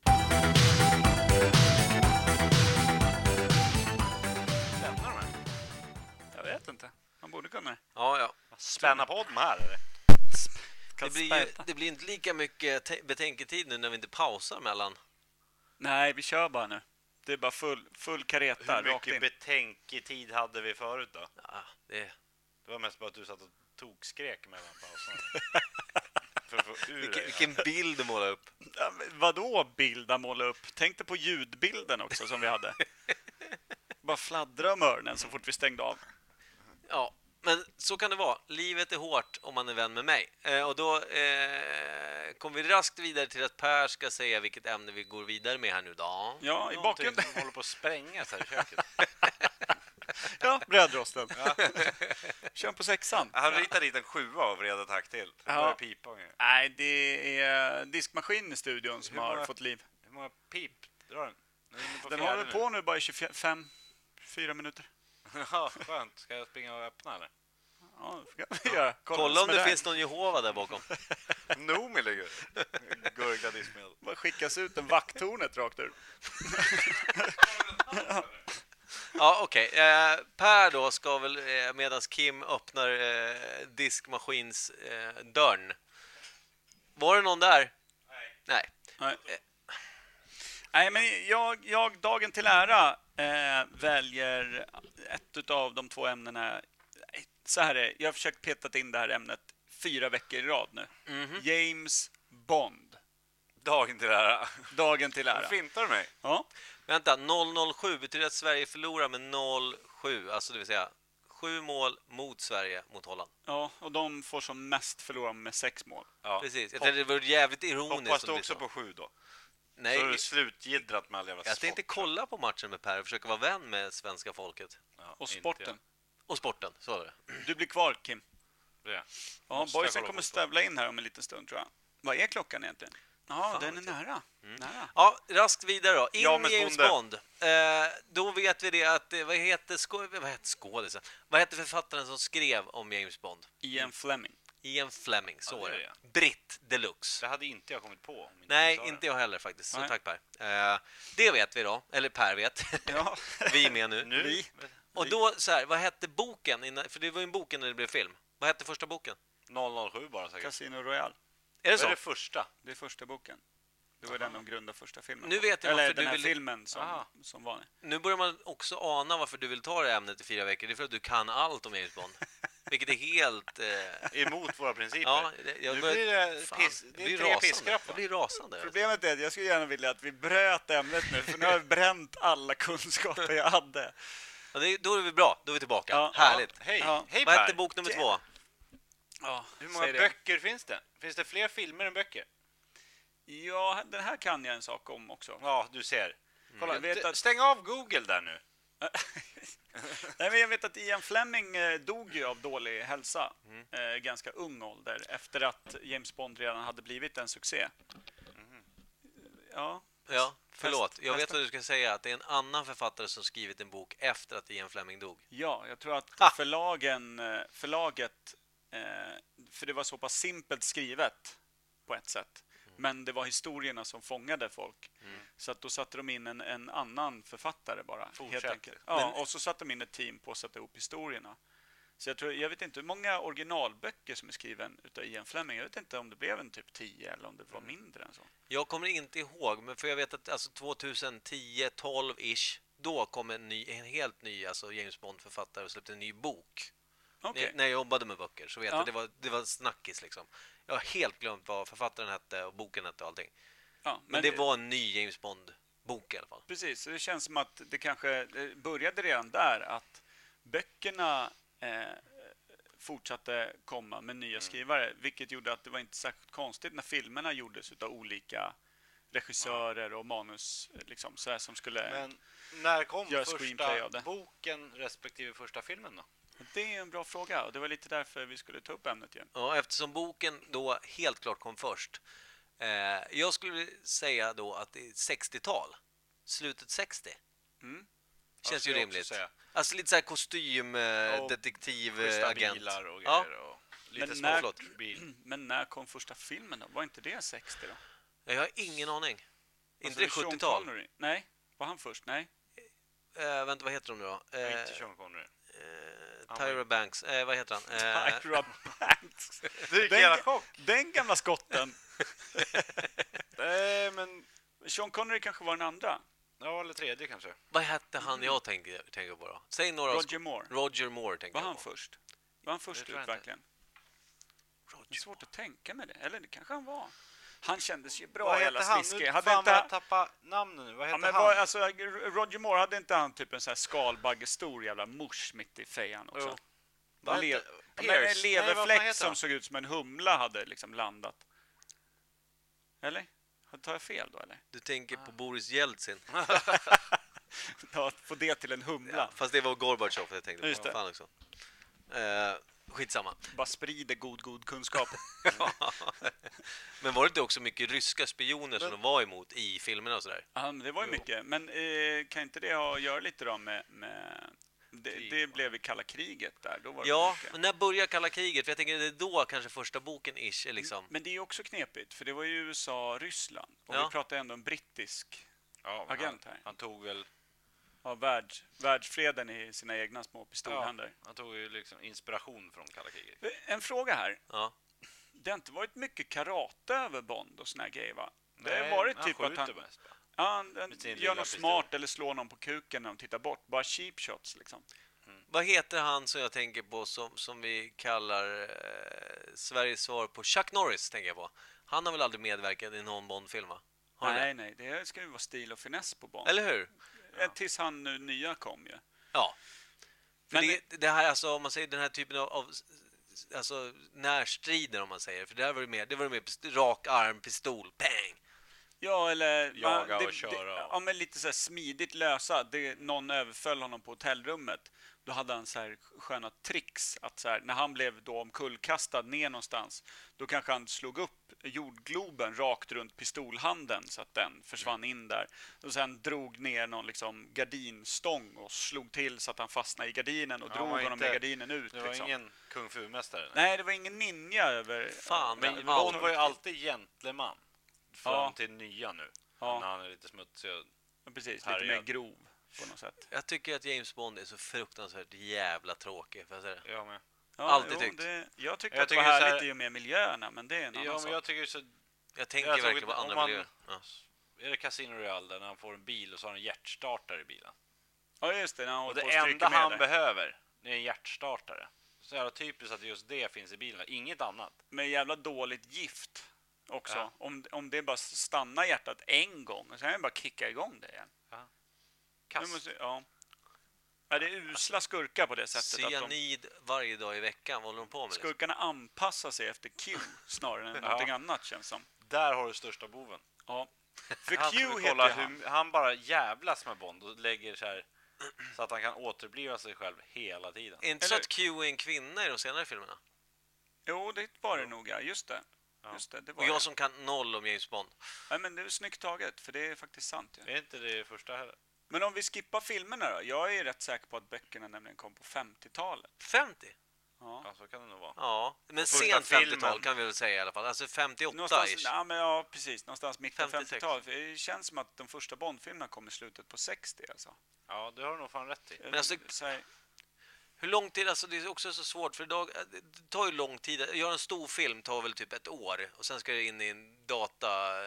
Lämnar de här? Jag vet inte. Man borde kunna. Ja, ja. Spänna på dem här eller? Kan Det blir, ju, spärta. det blir inte lika mycket te- betänketid nu när vi inte pausar mellan. Nej, vi kör bara nu. Det är bara full, full kareta Hur rakt mycket in. betänketid hade vi förut då? Ja, det, Det var mest bara att du satt och tokskrek mellan pauserna. För att få ur vilken, det. vilken bild du målar upp. Ja, men vadå bilda måla upp? Tänk dig på ljudbilden också som vi hade. Bara fladdra om öronen så fort vi stängde av. Ja, men så kan det vara. Livet är hårt om man är vän med mig. Eh, och då eh, kommer vi raskt vidare till att Per ska säga vilket ämne vi går vidare med här nu då. Ja, i Någonting bakgrunden. som håller på att sprängas här i köket. Ja, brödrosten. Kör på sexan. Han ritar dit en sjua och vred ett hack till. Det Ja. börjar pipa. ungefär. Nej, det är diskmaskin i studion som Hur har många- fått liv. Hur många pip drar den? Nu är vi på Den fjärde håller nu. på nu bara i tjugofem, fyra minuter. Ja, skönt. Ska jag springa och öppna eller? Ja, det ska vi göra. Kolla om vad som är det där. finns någon Jehova där bakom. Noomi ligger. Gurgla diskmedel. Bara skickas ut en vakttornet rakt ur. Ja, okej. Eh, Per då ska väl, eh, medans Kim öppnar eh, diskmaskins eh, dörren. Var det någon där? Nej. Nej. Nej. Nej, men jag, jag dagen till ära eh, väljer ett av de två ämnena. Så här är det. Jag har försökt peta in det här ämnet fyra veckor i rad nu. Mhm. James Bond. Dagen till ära. Dagen till ära. Fintar du mig? Ja. Vänta, noll noll sju betyder att Sverige förlorar med noll sju. Alltså det vill säga sju mål mot Sverige mot Holland. Ja, och de får som mest förlora med sex mål. Ja. Precis. Jag tänkte det var jävligt ironiskt. Hoppas om du det också så. på sju då. Nej, Så är du slutgidrat med all jävla jag tänkte sport. kolla på matchen med Per och försöka vara vän med svenska folket. Ja, Och inte sporten. Och sporten, så var det. Du blir kvar, Kim. jag. Det. Ja, Måste jag boysen kolla kommer på stävla in här om en liten stund, tror jag. Vad är klockan egentligen? Ja, Fan, den är vet jag. nära. nära. Ja, raskt vidare då. In Ja, med men James Bonde. Bond. Eh, då vet vi det att, eh, vad heter, skå, vad heter skådisen? Vad heter författaren som skrev om James Bond? Ian Fleming. Ian Fleming, så Ja, var det det. är Britt Deluxe. Det hade inte jag kommit på. Om inte Nej, du sa det. inte jag heller faktiskt. Så Nej. tack Per. Eh, det vet vi då. Eller Per vet. Ja. Vi är med nu. Nu? Vi. Och då, så här, vad hette boken? Innan, för det var ju en boken när det blev film. Vad hette första boken? noll noll sju bara säkert. Casino Royale. Är det Det är så? det första. Det är första boken. Det var den de grundade första filmen. Nu vet jag Eller varför den du här vill... filmen som, Aha. som var. Nu börjar man också ana varför du vill ta det ämnet i fyra veckor. Det är för att du kan allt om James Bond. Vilket är helt... Eh... Emot våra principer. Ja, det, jag Nu börjar... blir det, Fan, piss, jag det blir är tre rasande. piskrapp. Jag blir rasande. Problemet är att jag skulle gärna vilja att vi bröt ämnet nu, för nu har jag bränt alla kunskaper jag hade. Ja, det, då är vi bra. Då är vi tillbaka. Ja. Härligt. Hej, Ja. hej Vad Per. hette bok nummer två? Ja, Hur många säg det. böcker finns det? Finns det fler filmer än böcker? Ja, den här kan jag en sak om också. Ja, du ser. Kolla, Jag vet d- att- stäng av Google där nu. Nej, men jag vet att Ian Fleming eh, dog ju av dålig hälsa. Mm. Eh, ganska ung ålder. Efter att James Bond redan hade blivit en succé. Ja. Ja, förlåt. Fast- Jag vet fast- vad du ska säga. Att det är en annan författare som skrivit en bok efter att Ian Fleming dog. Ja, jag tror att Ha! förlagen, eh, förlaget, eh, för det var så pass simpelt skrivet på ett sätt. Men det var historierna som fångade folk. Så att då satte de in en, en annan författare bara. Fortsätt. Helt enkelt. Ja, och så satte de in ett team på att sätta ihop historierna. Så jag tror, jag vet inte hur många originalböcker som är skriven utav Ian Fleming. Jag vet inte om det blev en typ tio eller om det var mindre än så. Jag kommer inte ihåg, men för jag vet att alltså tjugohundratio tolv ish då kom en, ny, en helt ny alltså James Bond-författare och släppte en ny bok. Okej. När, när jag jobbade med böcker så vet Ja. jag det var, det var snackis liksom. Jag har helt glömt vad författaren hette och boken hette och allting. Ja, Men, det var en ny James Bond-bok i alla fall. Precis, så det känns som att det kanske det började redan där att böckerna eh, fortsatte komma med nya skrivare, vilket gjorde att det var inte särskilt konstigt när filmerna gjordes utav olika regissörer och manus liksom, så här, som skulle... Men när kom Gör screenplay av första det. boken respektive första filmen då? Det är en bra fråga och det var lite därför vi skulle ta upp ämnet igen. Ja, eftersom boken då helt klart kom först. Eh, jag skulle säga då att det är sextiotal. Slutet sextio. Mm. Känns Ja, ju skulle jag rimligt. också säga. Alltså lite så här kostym, eh, Och detektiv, Schyssta eh, agent. bilar och Ja. grejer. Och lite Men små när- flott bil. Men när kom första filmen då? Var inte det sextio då? Jag har ingen aning. Inte Alltså, det Sean sjuttiotal? Connery? Nej, var han först? Nej. Eh, vänta, vad heter de nu då? Ja, Eh, inte Sean Connery. eh, Tyra Banks. Eh, vad heter han? Eh, Tyra Banks. Det Den- jävla chock. Den gamla skotten. Nej, men... Sean Connery kanske var den andra. Ja, eller tredje kanske. vad hette han jag tänker, tänker på då? Säg några. Roger Moore. Roger Moore tänker Var jag han på. först? Var han först tror jag ut inte. verkligen? Det är Roger svårt att tänka med det. Eller det kanske han var. Han kändes ju bra, Vad jävla hette han? sniskig. Nu Hade fan inte vad han... jag tappar namnen nu. Vad Ja, hette men han? var, alltså, Roger Moore, hade inte han typ en sån här skalbaggestor jävla mors mitt i fejan också? Jo. Vad Vad le- hette- Ja, men Pierce? en Nej, vad fan leverfläck heter som han? såg ut som en humla hade liksom landat. Eller? Tar jag fel då eller? Du tänker på Boris Jeltsin. Ja, få det till en humla. Ja, fast det var Gorbachev jag tänkte på. Just det. Fan också. Eh, skitsamma. Bara sprider god, god kunskap. Men var det inte också mycket ryska spioner som de var emot i filmerna och sådär? Ja, men det var ju mycket. Men eh, kan inte det ha att göra lite då med... med det, Krig, det va? blev i kalla kriget där. Då var det Ja, mycket. men när börjar kalla kriget? För jag tänker det är då kanske första boken ish är liksom. Men det är ju också knepigt, för det var ju U S A och Ryssland. Och Ja. vi pratar ändå om brittisk Ja, men agent han, här. han tog väl... Ja, värld, världsfreden i sina egna små pistolhänder. Han tog ju liksom inspiration från kalla kriget. En fråga här. Ja. Det har inte varit mycket karate över Bond och såna här grejer, va? Det har Nej, varit han typ att skjuter han, mest, va? ja, han, han Med sin gör lilla något pistol. smart eller slår någon på kuken när de tittar bort. Bara cheap shots liksom. Vad heter han som jag tänker på som, som vi kallar eh, Sveriges svar på Chuck Norris tänker jag på. Han har väl aldrig medverkat i någon Bond-film va? Har han Nej, nej, det ska ju vara stil och finess på Bond. det? Eller hur? Eh, Tills han nu nya kom ju. Ja. För Men- det, det här alltså om man säger den här typen av, av alltså närstrider om man säger för det här var det mer det var det mer pist- rak arm pistol bang. Ja, eller... Jaga det, och köra Det, och- ja, men lite så här smidigt lösa. Det, någon överföll honom på hotellrummet. Då hade han så här sköna tricks. Att så här, när han blev då omkullkastad ner någonstans, då kanske han slog upp jordgloben rakt runt pistolhanden så att den försvann in där. Och sen drog ner någon liksom gardinstång och slog till så att han fastnade i gardinen och Ja, drog var honom inte- med gardinen ut. Det var liksom. ingen kung fu-mästare. Nej, det var ingen ninja över... Fan, Men men Bond allt. var ju alltid gentleman. Fram Ja. till nya nu. Ja. När han är lite smutsig och... Ja, precis, lite Härjad. mer grov på något sätt. Jag tycker att James Bond är så fruktansvärt jävla tråkig för jag säga det. Ja, men, Ja, Alltid jo, tyckt. det, jag tyckte Jag att det var tycker så härligt här- i och med miljöerna, men det är en annan ja, sak. men jag tycker så... Jag tänker Jag såg verkligen ett- på andra om man- miljöer. Ja. Är det Casino Royale där när han får en bil och så har han en hjärtstartare i bilen? Ja, just det. När han Och håller det på och stryker enda med han där. behöver, det är en hjärtstartare. Så jävla typiskt att just det finns i bilen, inget annat. Med jävla dåligt gift också. Ja. Om, om det bara stannar hjärtat en gång och sen är det bara kicka igång det igen. Kass. Nu måste, ja. Ja, det är usla skurkar på det sättet. Att de, Cyanid varje dag i veckan, vad håller de på med? Liksom? skurkarna anpassar sig efter Q snarare än Ja. någonting annat, känns som. Där har du största boven. Ja. För Han Q ska vi heter kolla ju han. hur han bara jävlas med Bond och lägger så här så att han kan återuppliva sig själv hela tiden. Är inte så Eller- att Q är en kvinna i de senare filmerna? Jo, det var det nog, ja. Just det. Ja. Just det, det var Och jag det. som kan noll om James Bond. Nej, men det är snyggt taget, för det är faktiskt sant. Ja. Är inte det första heller? Men om vi skippar filmerna då? Jag är rätt säker på att böckerna nämligen kom på femtiotalet. femtio? Ja. Ja, så kan det nog vara. Ja, men första sent filmen. femtiotal kan vi väl säga i alla fall. Alltså femtioåtta Någonstans, ish. ja, men ja, precis. Någonstans mitten femtiosex. femtiotalet. För det känns som att de första Bond-filmerna kom i slutet på sextio, alltså. Ja, det har du nog fan rätt i. Men alltså- Så här, Hur lång tid, alltså det är också så svårt för idag, det tar ju lång tid. Att göra en stor film tar väl typ ett år och sen ska det in i en data...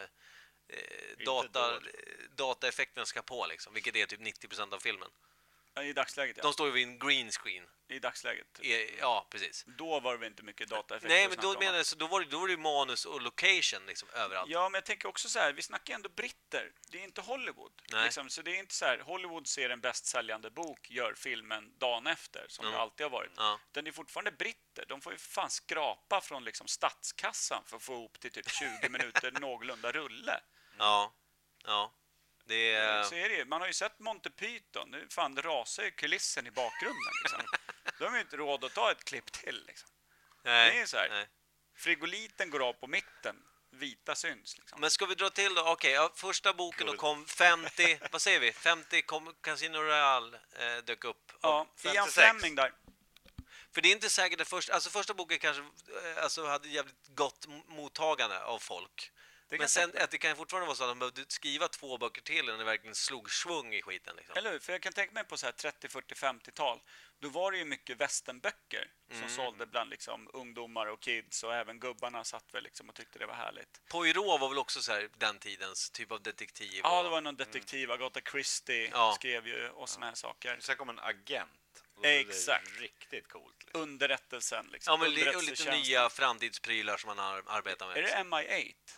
Eh, data ett år. dataeffekten ska på liksom, vilket är typ nittio procent av filmen. I dagsläget, ja. De står ju vid en green screen. I dagsläget. I, ja, precis. Då var det väl inte mycket dataeffekter Nej, att men snacka då om, menar va? jag, så då var det, då var det ju manus och location liksom överallt. Ja, men jag tänker också så här, vi snackar ändå britter. Det är inte Hollywood. Nej. Liksom, så det är inte så här, Hollywood ser en bästsäljande bok, gör filmen dagen efter, som Mm. det alltid har varit. Ja. Den är fortfarande britter. De får ju fan skrapa från liksom statskassan för att få ihop till typ tjugo minuter någorlunda rulle. Ja, ja. Det är... Så är det ju. Man har ju sett Monty Python. Nu fan rasar ju kulissen i bakgrunden. Liksom. De har ju inte råd att ta ett klipp till. Liksom. Nej, det är så här. nej. Frigoliten går av på mitten. Vita syns. Liksom. Men ska vi dra till då? Okej, ja, första boken då kom femtio, vad säger vi? femtio kom Casino Royale eh, dök upp. Ja, Och Ian femtiosex. Fleming där. För det är inte säkert att första, alltså första boken kanske eh, alltså hade jävligt gott m- mottagande av folk. Det kan Men jag sen tänka mig. att det kan fortfarande vara så att de behövde skriva två böcker till innan det verkligen slog svung i skiten liksom. Eller hur? För jag kan tänka mig på så här trettio, fyrtio, femtiotal. Då var det ju mycket västernböcker som Mm. sålde bland liksom ungdomar och kids. Och även gubbarna satt väl liksom och tyckte det var härligt. Poirot var väl också så här den tidens typ av detektiv. Ja, och- det var någon detektiv. Agatha Christie Ja. skrev ju och såna här saker. Sen kom en agent. Och då är det Exakt. Riktigt coolt. Liksom. Underrättelsen liksom. Ja, men li- och lite Underrättelsetjänsten. nya framtidsprylar som man ar- arbetar med. Är det M I åtta?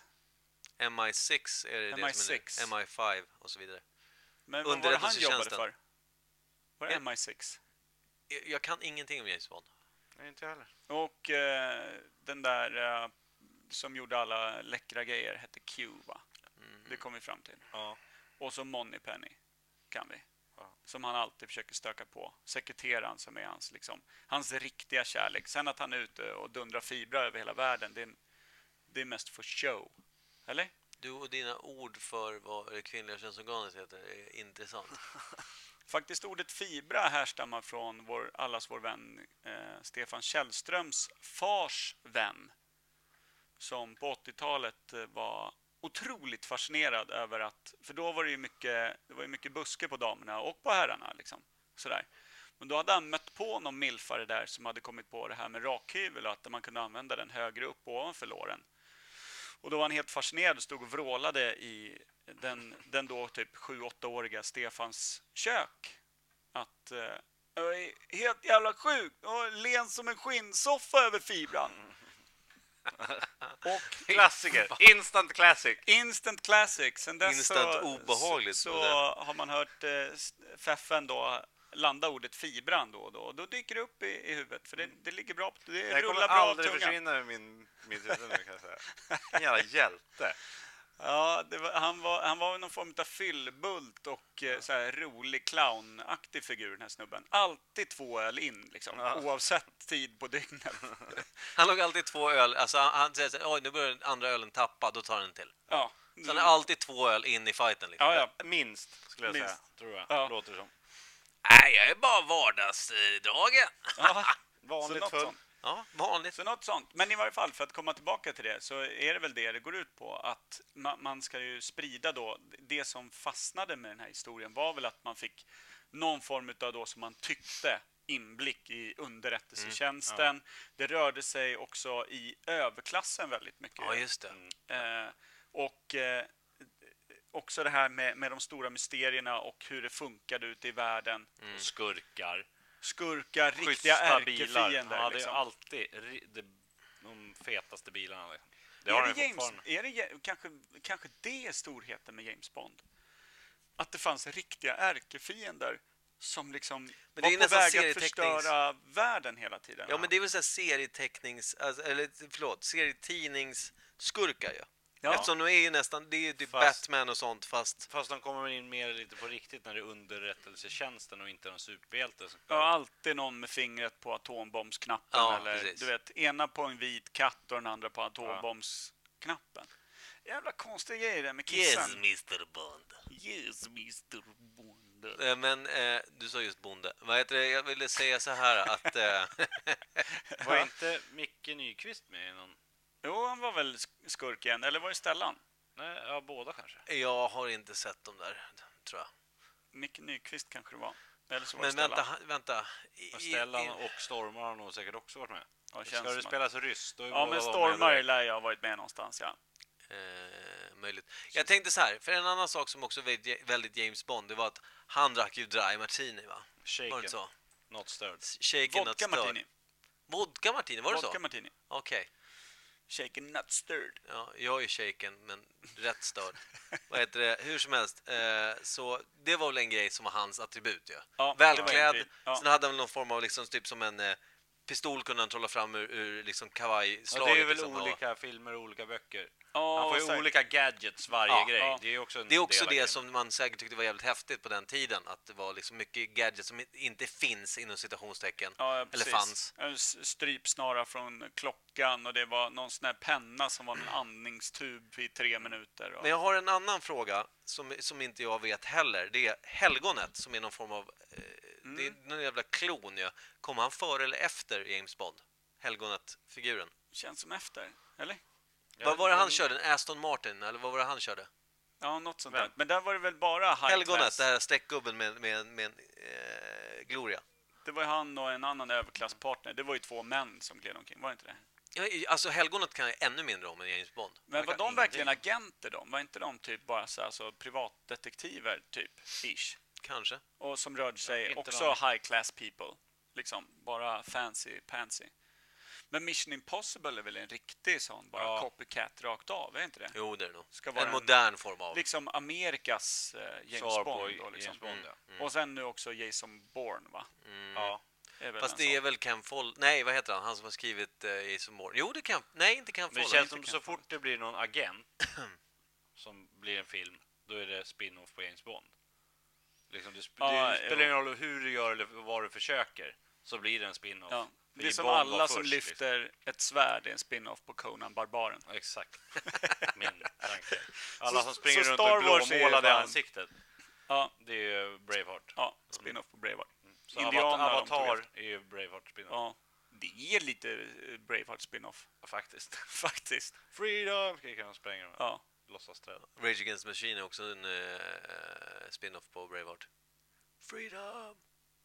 M I sex är det M I det som är sex. nu. M I fem och så vidare. Men vad var det han jobbade Underrättelsetjänsten. för? Var det Ja. M I sex? Jag, jag kan ingenting om James Bond. Nej, inte heller. Och eh, den där eh, som gjorde alla läckra grejer hette Q, va? Mm. Det kom vi fram till. Ja. Och så Moneypenny kan vi. Ja. Som han alltid försöker stöka på. Sekreteraren som är hans, liksom, hans riktiga kärlek. Sen att han är ute och dundrar fibra över hela världen, det är, det är mest för show. Eller? Du och dina ord för vad det kvinnliga könsorganet heter är intressant. Faktiskt ordet fibra härstammar från vår, allas vår vän eh, Stefan Källströms fars vän. Som på åttiotalet eh, var otroligt fascinerad över att, för då var det ju mycket, det var ju mycket buske på damerna och på herrarna liksom. Sådär. Men då hade han mött på någon milfare där som hade kommit på det här med rakhyvel och att man kunde använda den högre upp ovanför låren. Och då var han helt fascinerad och stod och vrålade i den, den då typ sju åtta-åriga Stefans kök. Att eh, jag är helt jävla sjuk och len som en skinnsoffa över fibran. Och Klassiker. Instant classic. instant classic. Sen dess Instant så, obehagligt, så, var så det. har man hört eh, Feffen då landa ordet fibran då och då. Då dyker det upp i, i huvudet. För det, det ligger bra. Det Det kommer rullar bra av aldrig tungan. försvinna ur min, mitt huvud nu, kan jag säga. En jävla hjälte. Ja, det var, han, var, han var någon form av fyllbult och eh, så här rolig clownaktig figur, den här snubben. Alltid två öl in, liksom, Ja. oavsett tid på dygnet. Han låg alltid två öl, alltså han, han säger så här, oj nu börjar den andra ölen tappa, då tar han en till. Ja. Så han är alltid två öl in i fighten liksom. Ja, ja. Minst, skulle jag Minst. säga. Tror jag. Ja. Låter det som. Nej, jag är bara vardagsdragen. ja. Så Vanligt något full. sånt. Ja, vanligt. Så något sånt. Men i varje fall, för att komma tillbaka till det, så är det väl det det går ut på. Att ma- man ska ju sprida då, det som fastnade med den här historien var väl att man fick någon form av då som man tyckte inblick i underrättelsetjänsten. Mm, ja. Det rörde sig också i överklassen väldigt mycket. Ja, just det. Mm. Eh, och eh, också det här med, med de stora mysterierna och hur det funkade ute i världen. Mm. Skurkar. Skurkar, riktiga ärkefiender. Ja, det är liksom. alltid det, de fetaste bilarna. Liksom. Det är, har det James, är det kanske, kanske det är storheten med James Bond? Att det fanns riktiga ärkefiender som liksom men var det är på väg serietecknings... att förstöra världen hela tiden. Ja, men det är väl så här serietecknings... Alltså, eller förlåt, serietidningsskurkar ju. Ja. Ja. Eftersom de är ju nästan... Det är ju typ Fast- Batman och sånt, fast... Fast de kommer in mer lite på riktigt när det är underrättelsetjänsten och inte någon superhjälte. som- Ja, alltid någon med fingret på atombombsknappen. Ja, eller precis. du vet, ena på en vit katt och den andra på atombombsknappen. Jävla konstiga grejer där med kissen. mister Bond. Yes, mister Bond. Eh, Men eh, du sa just bonde. Vad heter det? Jag ville säga så här att... Eh, Var inte Micke Nyqvist med i någon? Jo, han var väl sk- skurken. Eller var det Stellan? Nej, ja, båda kanske. jag har inte sett dem där, tror jag. Micke Nyqvist kanske det var. Eller så var Men det Stellan. vänta, ha- vänta. I- Och i- Stellan i- och Stormar har nog säkert också varit med. Ja, det Ska känns det som att- spelas ryss, då är Ja, båda men de Stormar med. lär jag ha varit med någonstans, ja. Eh, möjligt. Jag tänkte så här, för en annan sak som också var väldigt James Bond, det var att han drack ju dry martini, va? Var det Shaken, inte så? not stirred. Shaken, not Vodka stirred. martini. Vodka martini, var det Vodka så? martini. Okej. Shaken not stirred. Ja, jag är shaken, men rätt störd. Vad heter det? Hur som helst. Eh, så det var väl en grej som var hans attribut, ja. Ja, det var en Välklädd. grej. Ja. Sen hade han väl någon form av liksom, typ som en eh, pistol kunde han trolla fram ur, ur liksom Ja, kavajslaget. det är väl liksom, och- olika filmer och olika böcker. Ja, Han får ju och säkert- olika gadgets varje Ja, grej. ja. Det är ju också en Det är också del av det grejen. som man säkert tyckte var jävligt häftigt på den tiden. Att det var liksom mycket gadgets som inte finns inom citationstecken. Ja, Eller precis. fanns. En s- strypsnara från klockan och det var någon sån här penna som var en andningstub i tre minuter. Och... Men jag har en annan fråga som, som inte jag vet heller. Det är helgonet som är någon form av... Eh, Mm. Det är någon jävla klon, ja. Kommer han före eller efter James Bond? Helgonet-figuren. Känns som efter, eller? Ja, Vad var det han men- körde? En Aston Martin? Eller vad var det han körde? Ja, något sånt Vem? där. Men där var det väl bara high Helgonet, class. det här streckgubben med, med, med eh, Gloria. Det var ju han och en annan överklasspartner. Det var ju två män som gled omkring, var det inte det? Ja, alltså helgonet kan jag ännu mindre om än James Bond. Men Jag var kan de ingenting. verkligen agenter de? Var inte de typ bara så här, så privatdetektiver typ, ish? Kanske. Och som rörde sig inte också någon. high class people. Liksom, bara fancy pansy. Men Mission Impossible är väl en riktig sån, bara Ja. copycat rakt av, är inte det? Jo, det är det nog. Ska vara En en- modern form av... Liksom Amerikas eh, James Svar på Bond då, liksom. James Bond, ja. Och sen nu också Jason Bourne, va? Ja. Är väl Fast en det är sån. väl Ken Foll... Nej, vad heter han? Han som har skrivit eh, Jason Bourne. Jo, det kan... Nej, inte Ken Men det Foll. känns inte som kan så fort det blir någon agent som blir en film, då är det spin-off på James Bond. Liksom, det, sp- Ja, det spelar jo. ingen roll hur du gör eller vad du försöker, så blir det en spin-off. Ja. För Det är som Bond var alla som först, lyfter ett svärd i en spin-off på Conan Barbaren. liksom. Exakt. Min tanke. Alla Så- som springer så runt Star och Wars är blåmålade fan- ansiktet, Ja, det är ju Braveheart. ja spin-off på Braveheart. Så Indianerna, Avatar, de tog Avatar efter. är ju Braveheart spin-off. Ja, det är lite eh, Braveheart spin-off. Faktiskt. Faktiskt. Freedom! Skriker han och spränger dem. Ja. Låtsas träd. Rage Against the Machine är också en eh, spin-off på Braveheart. Freedom!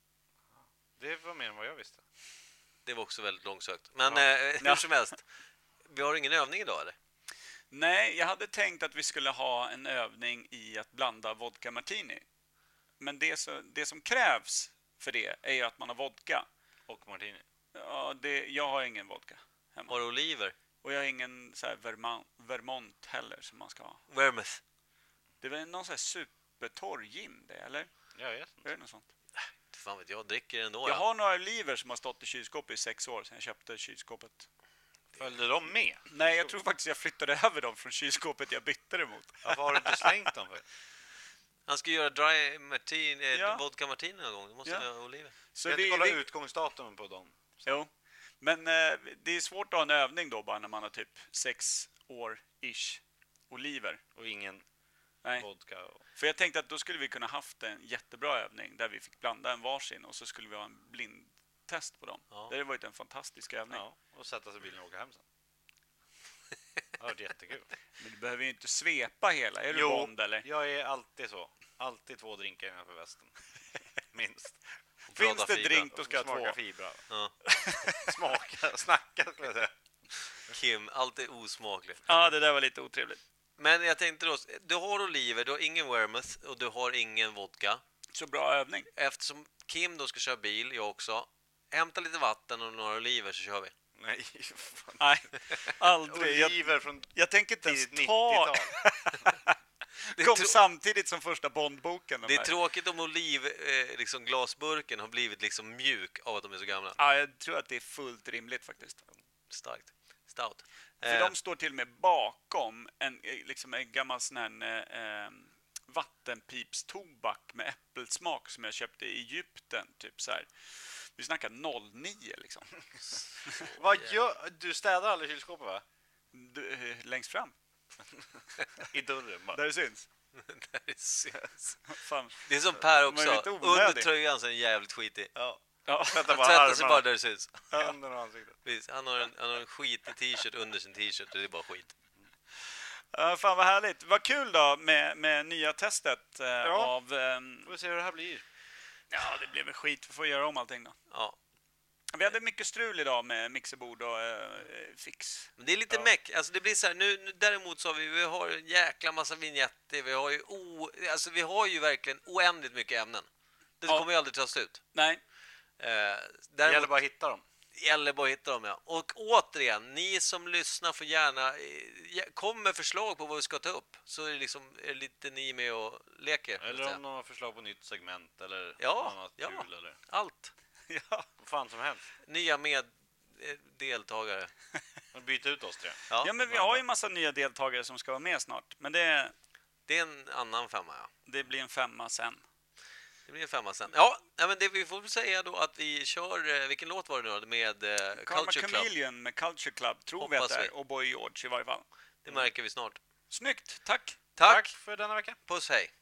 Det var mer än vad jag visste. Det var också väldigt långsökt. Men Ja. eh, hur Ja. som helst. Vi har ingen övning idag, eller? Nej, jag hade tänkt att vi skulle ha en övning i att blanda vodka martini. Men det, så, det som krävs för det är ju att man har vodka. Och Martini. Ja, det, jag har ingen vodka hemma. Har du oliver? Och jag har ingen så här Vermont, Vermont heller som man ska ha. Vermouth? Det är väl någon så här supertorr gin det, eller? Jag vet Är inte. det något sånt? Fan vet jag, dricker ändå. Jag Ja. har några oliver som har stått i kylskåpet i sex år sedan jag köpte kylskåpet. Följde de med? Nej, jag tror faktiskt jag flyttade över dem från kylskåpet jag bytte det mot. Varför har du inte slängt dem för? Han ska göra dry martini, eh, Ja. vodka martini någon gång. Då måste Ja. vi ha oliver. Så Jag vi, inte kolla vi, utgångsdatumen på dem. Jo, men eh, det är svårt att ha en övning då bara när man har typ sex år ish oliver. Och ingen Nej, vodka. Och... för jag tänkte att då skulle vi kunna haft en jättebra övning där vi fick blanda en varsin och så skulle vi ha en blindtest på dem. Ja. Det hade varit en fantastisk övning. Ja, och sätta sig i bilen och åka hem sen. Det har varit jättekul. Men du behöver ju inte svepa hela. Är du Jo. Bond eller? Jag är alltid så. Alltid två drinkar innanför västen. Minst. Finns prata det fibra. drink, då ska jag ha Smaka två. fibra. Ja. Smaka, snacka skulle jag säga. Kim, allt är osmakligt. Ja, det där var lite otrevligt. Men jag tänkte då, du har oliver, du har ingen vermouth och du har ingen vodka. Så bra övning. Eftersom Kim då ska köra bil, jag också. Hämta lite vatten och några oliver så kör vi. Nej, fan. Nej, aldrig. Jag, Oliver från jag tänker inte ens tidigt ta... nittiotal. Det är, Kom trå- samtidigt som första Bondboken. de det är där. tråkigt om oliv, eh, liksom glasburken har blivit liksom mjuk av att de är så gamla. Ja, jag tror att det är fullt rimligt faktiskt. Starkt. Stout. För Eh, de står till och med bakom en, eh, liksom en gammal sån här eh, vattenpipstobak med äppelsmak som jag köpte i Egypten. Typ så här. Vi snackar noll nio liksom. Vad gör... Du städar aldrig kylskåpet, va? Du, eh, längst fram, I dörren bara. där det syns. det är syns. Fan. Det är som Per Man är också. lite onödig. Under tröjan så är den jävligt skitig. Ja. Ja. Tvätta Han bara tvättar sig armarna, bara där det syns. händerna och ansiktet. Precis. Han, har en, han har en skitig t-shirt under sin t-shirt och det är bara skit. Ja, fan vad härligt. Vad kul då med, med nya testet eh, av... ehm, Får vi se hur det här blir. ja, det blev väl skit. Vi får göra om allting då. Ja. Vi hade mycket strul idag med mixerbord och eh, fix. Men det är lite Ja. meck. Alltså det blir så här, nu, nu däremot så har vi, vi har en jäkla massa vignetter. Vi har ju, o, alltså vi har ju verkligen oändligt mycket ämnen. Det Ja. kommer ju aldrig ta slut. Nej, Eh, Det gäller däremot bara att hitta dem. gäller bara att hitta dem, ja. Och återigen, ni som lyssnar får gärna eh, kom med förslag på vad vi ska ta upp. Så är det liksom är lite ni med och leker. så att Eller säga. om de har förslag på nytt segment eller Ja, något annat ja. kul eller Allt. ja. vad fan som helst. Nya med eh, deltagare. Och byta ut oss tre. Ja, ja, men vi har ju massa nya deltagare som ska vara med snart. Men det, det är en annan femma, ja. det blir en femma sen. Det blir en femma sen. Ja, nej, men det vi får väl säga då att vi kör, eh, vilken låt var det nu då? Med eh, Karma Culture Club. Chameleon med Culture Club, tror vi Hoppas att det vi. är. Och Boy George i varje fall. Det märker vi snart. Snyggt, tack! Tack, Tack för denna vecka. puss, hej.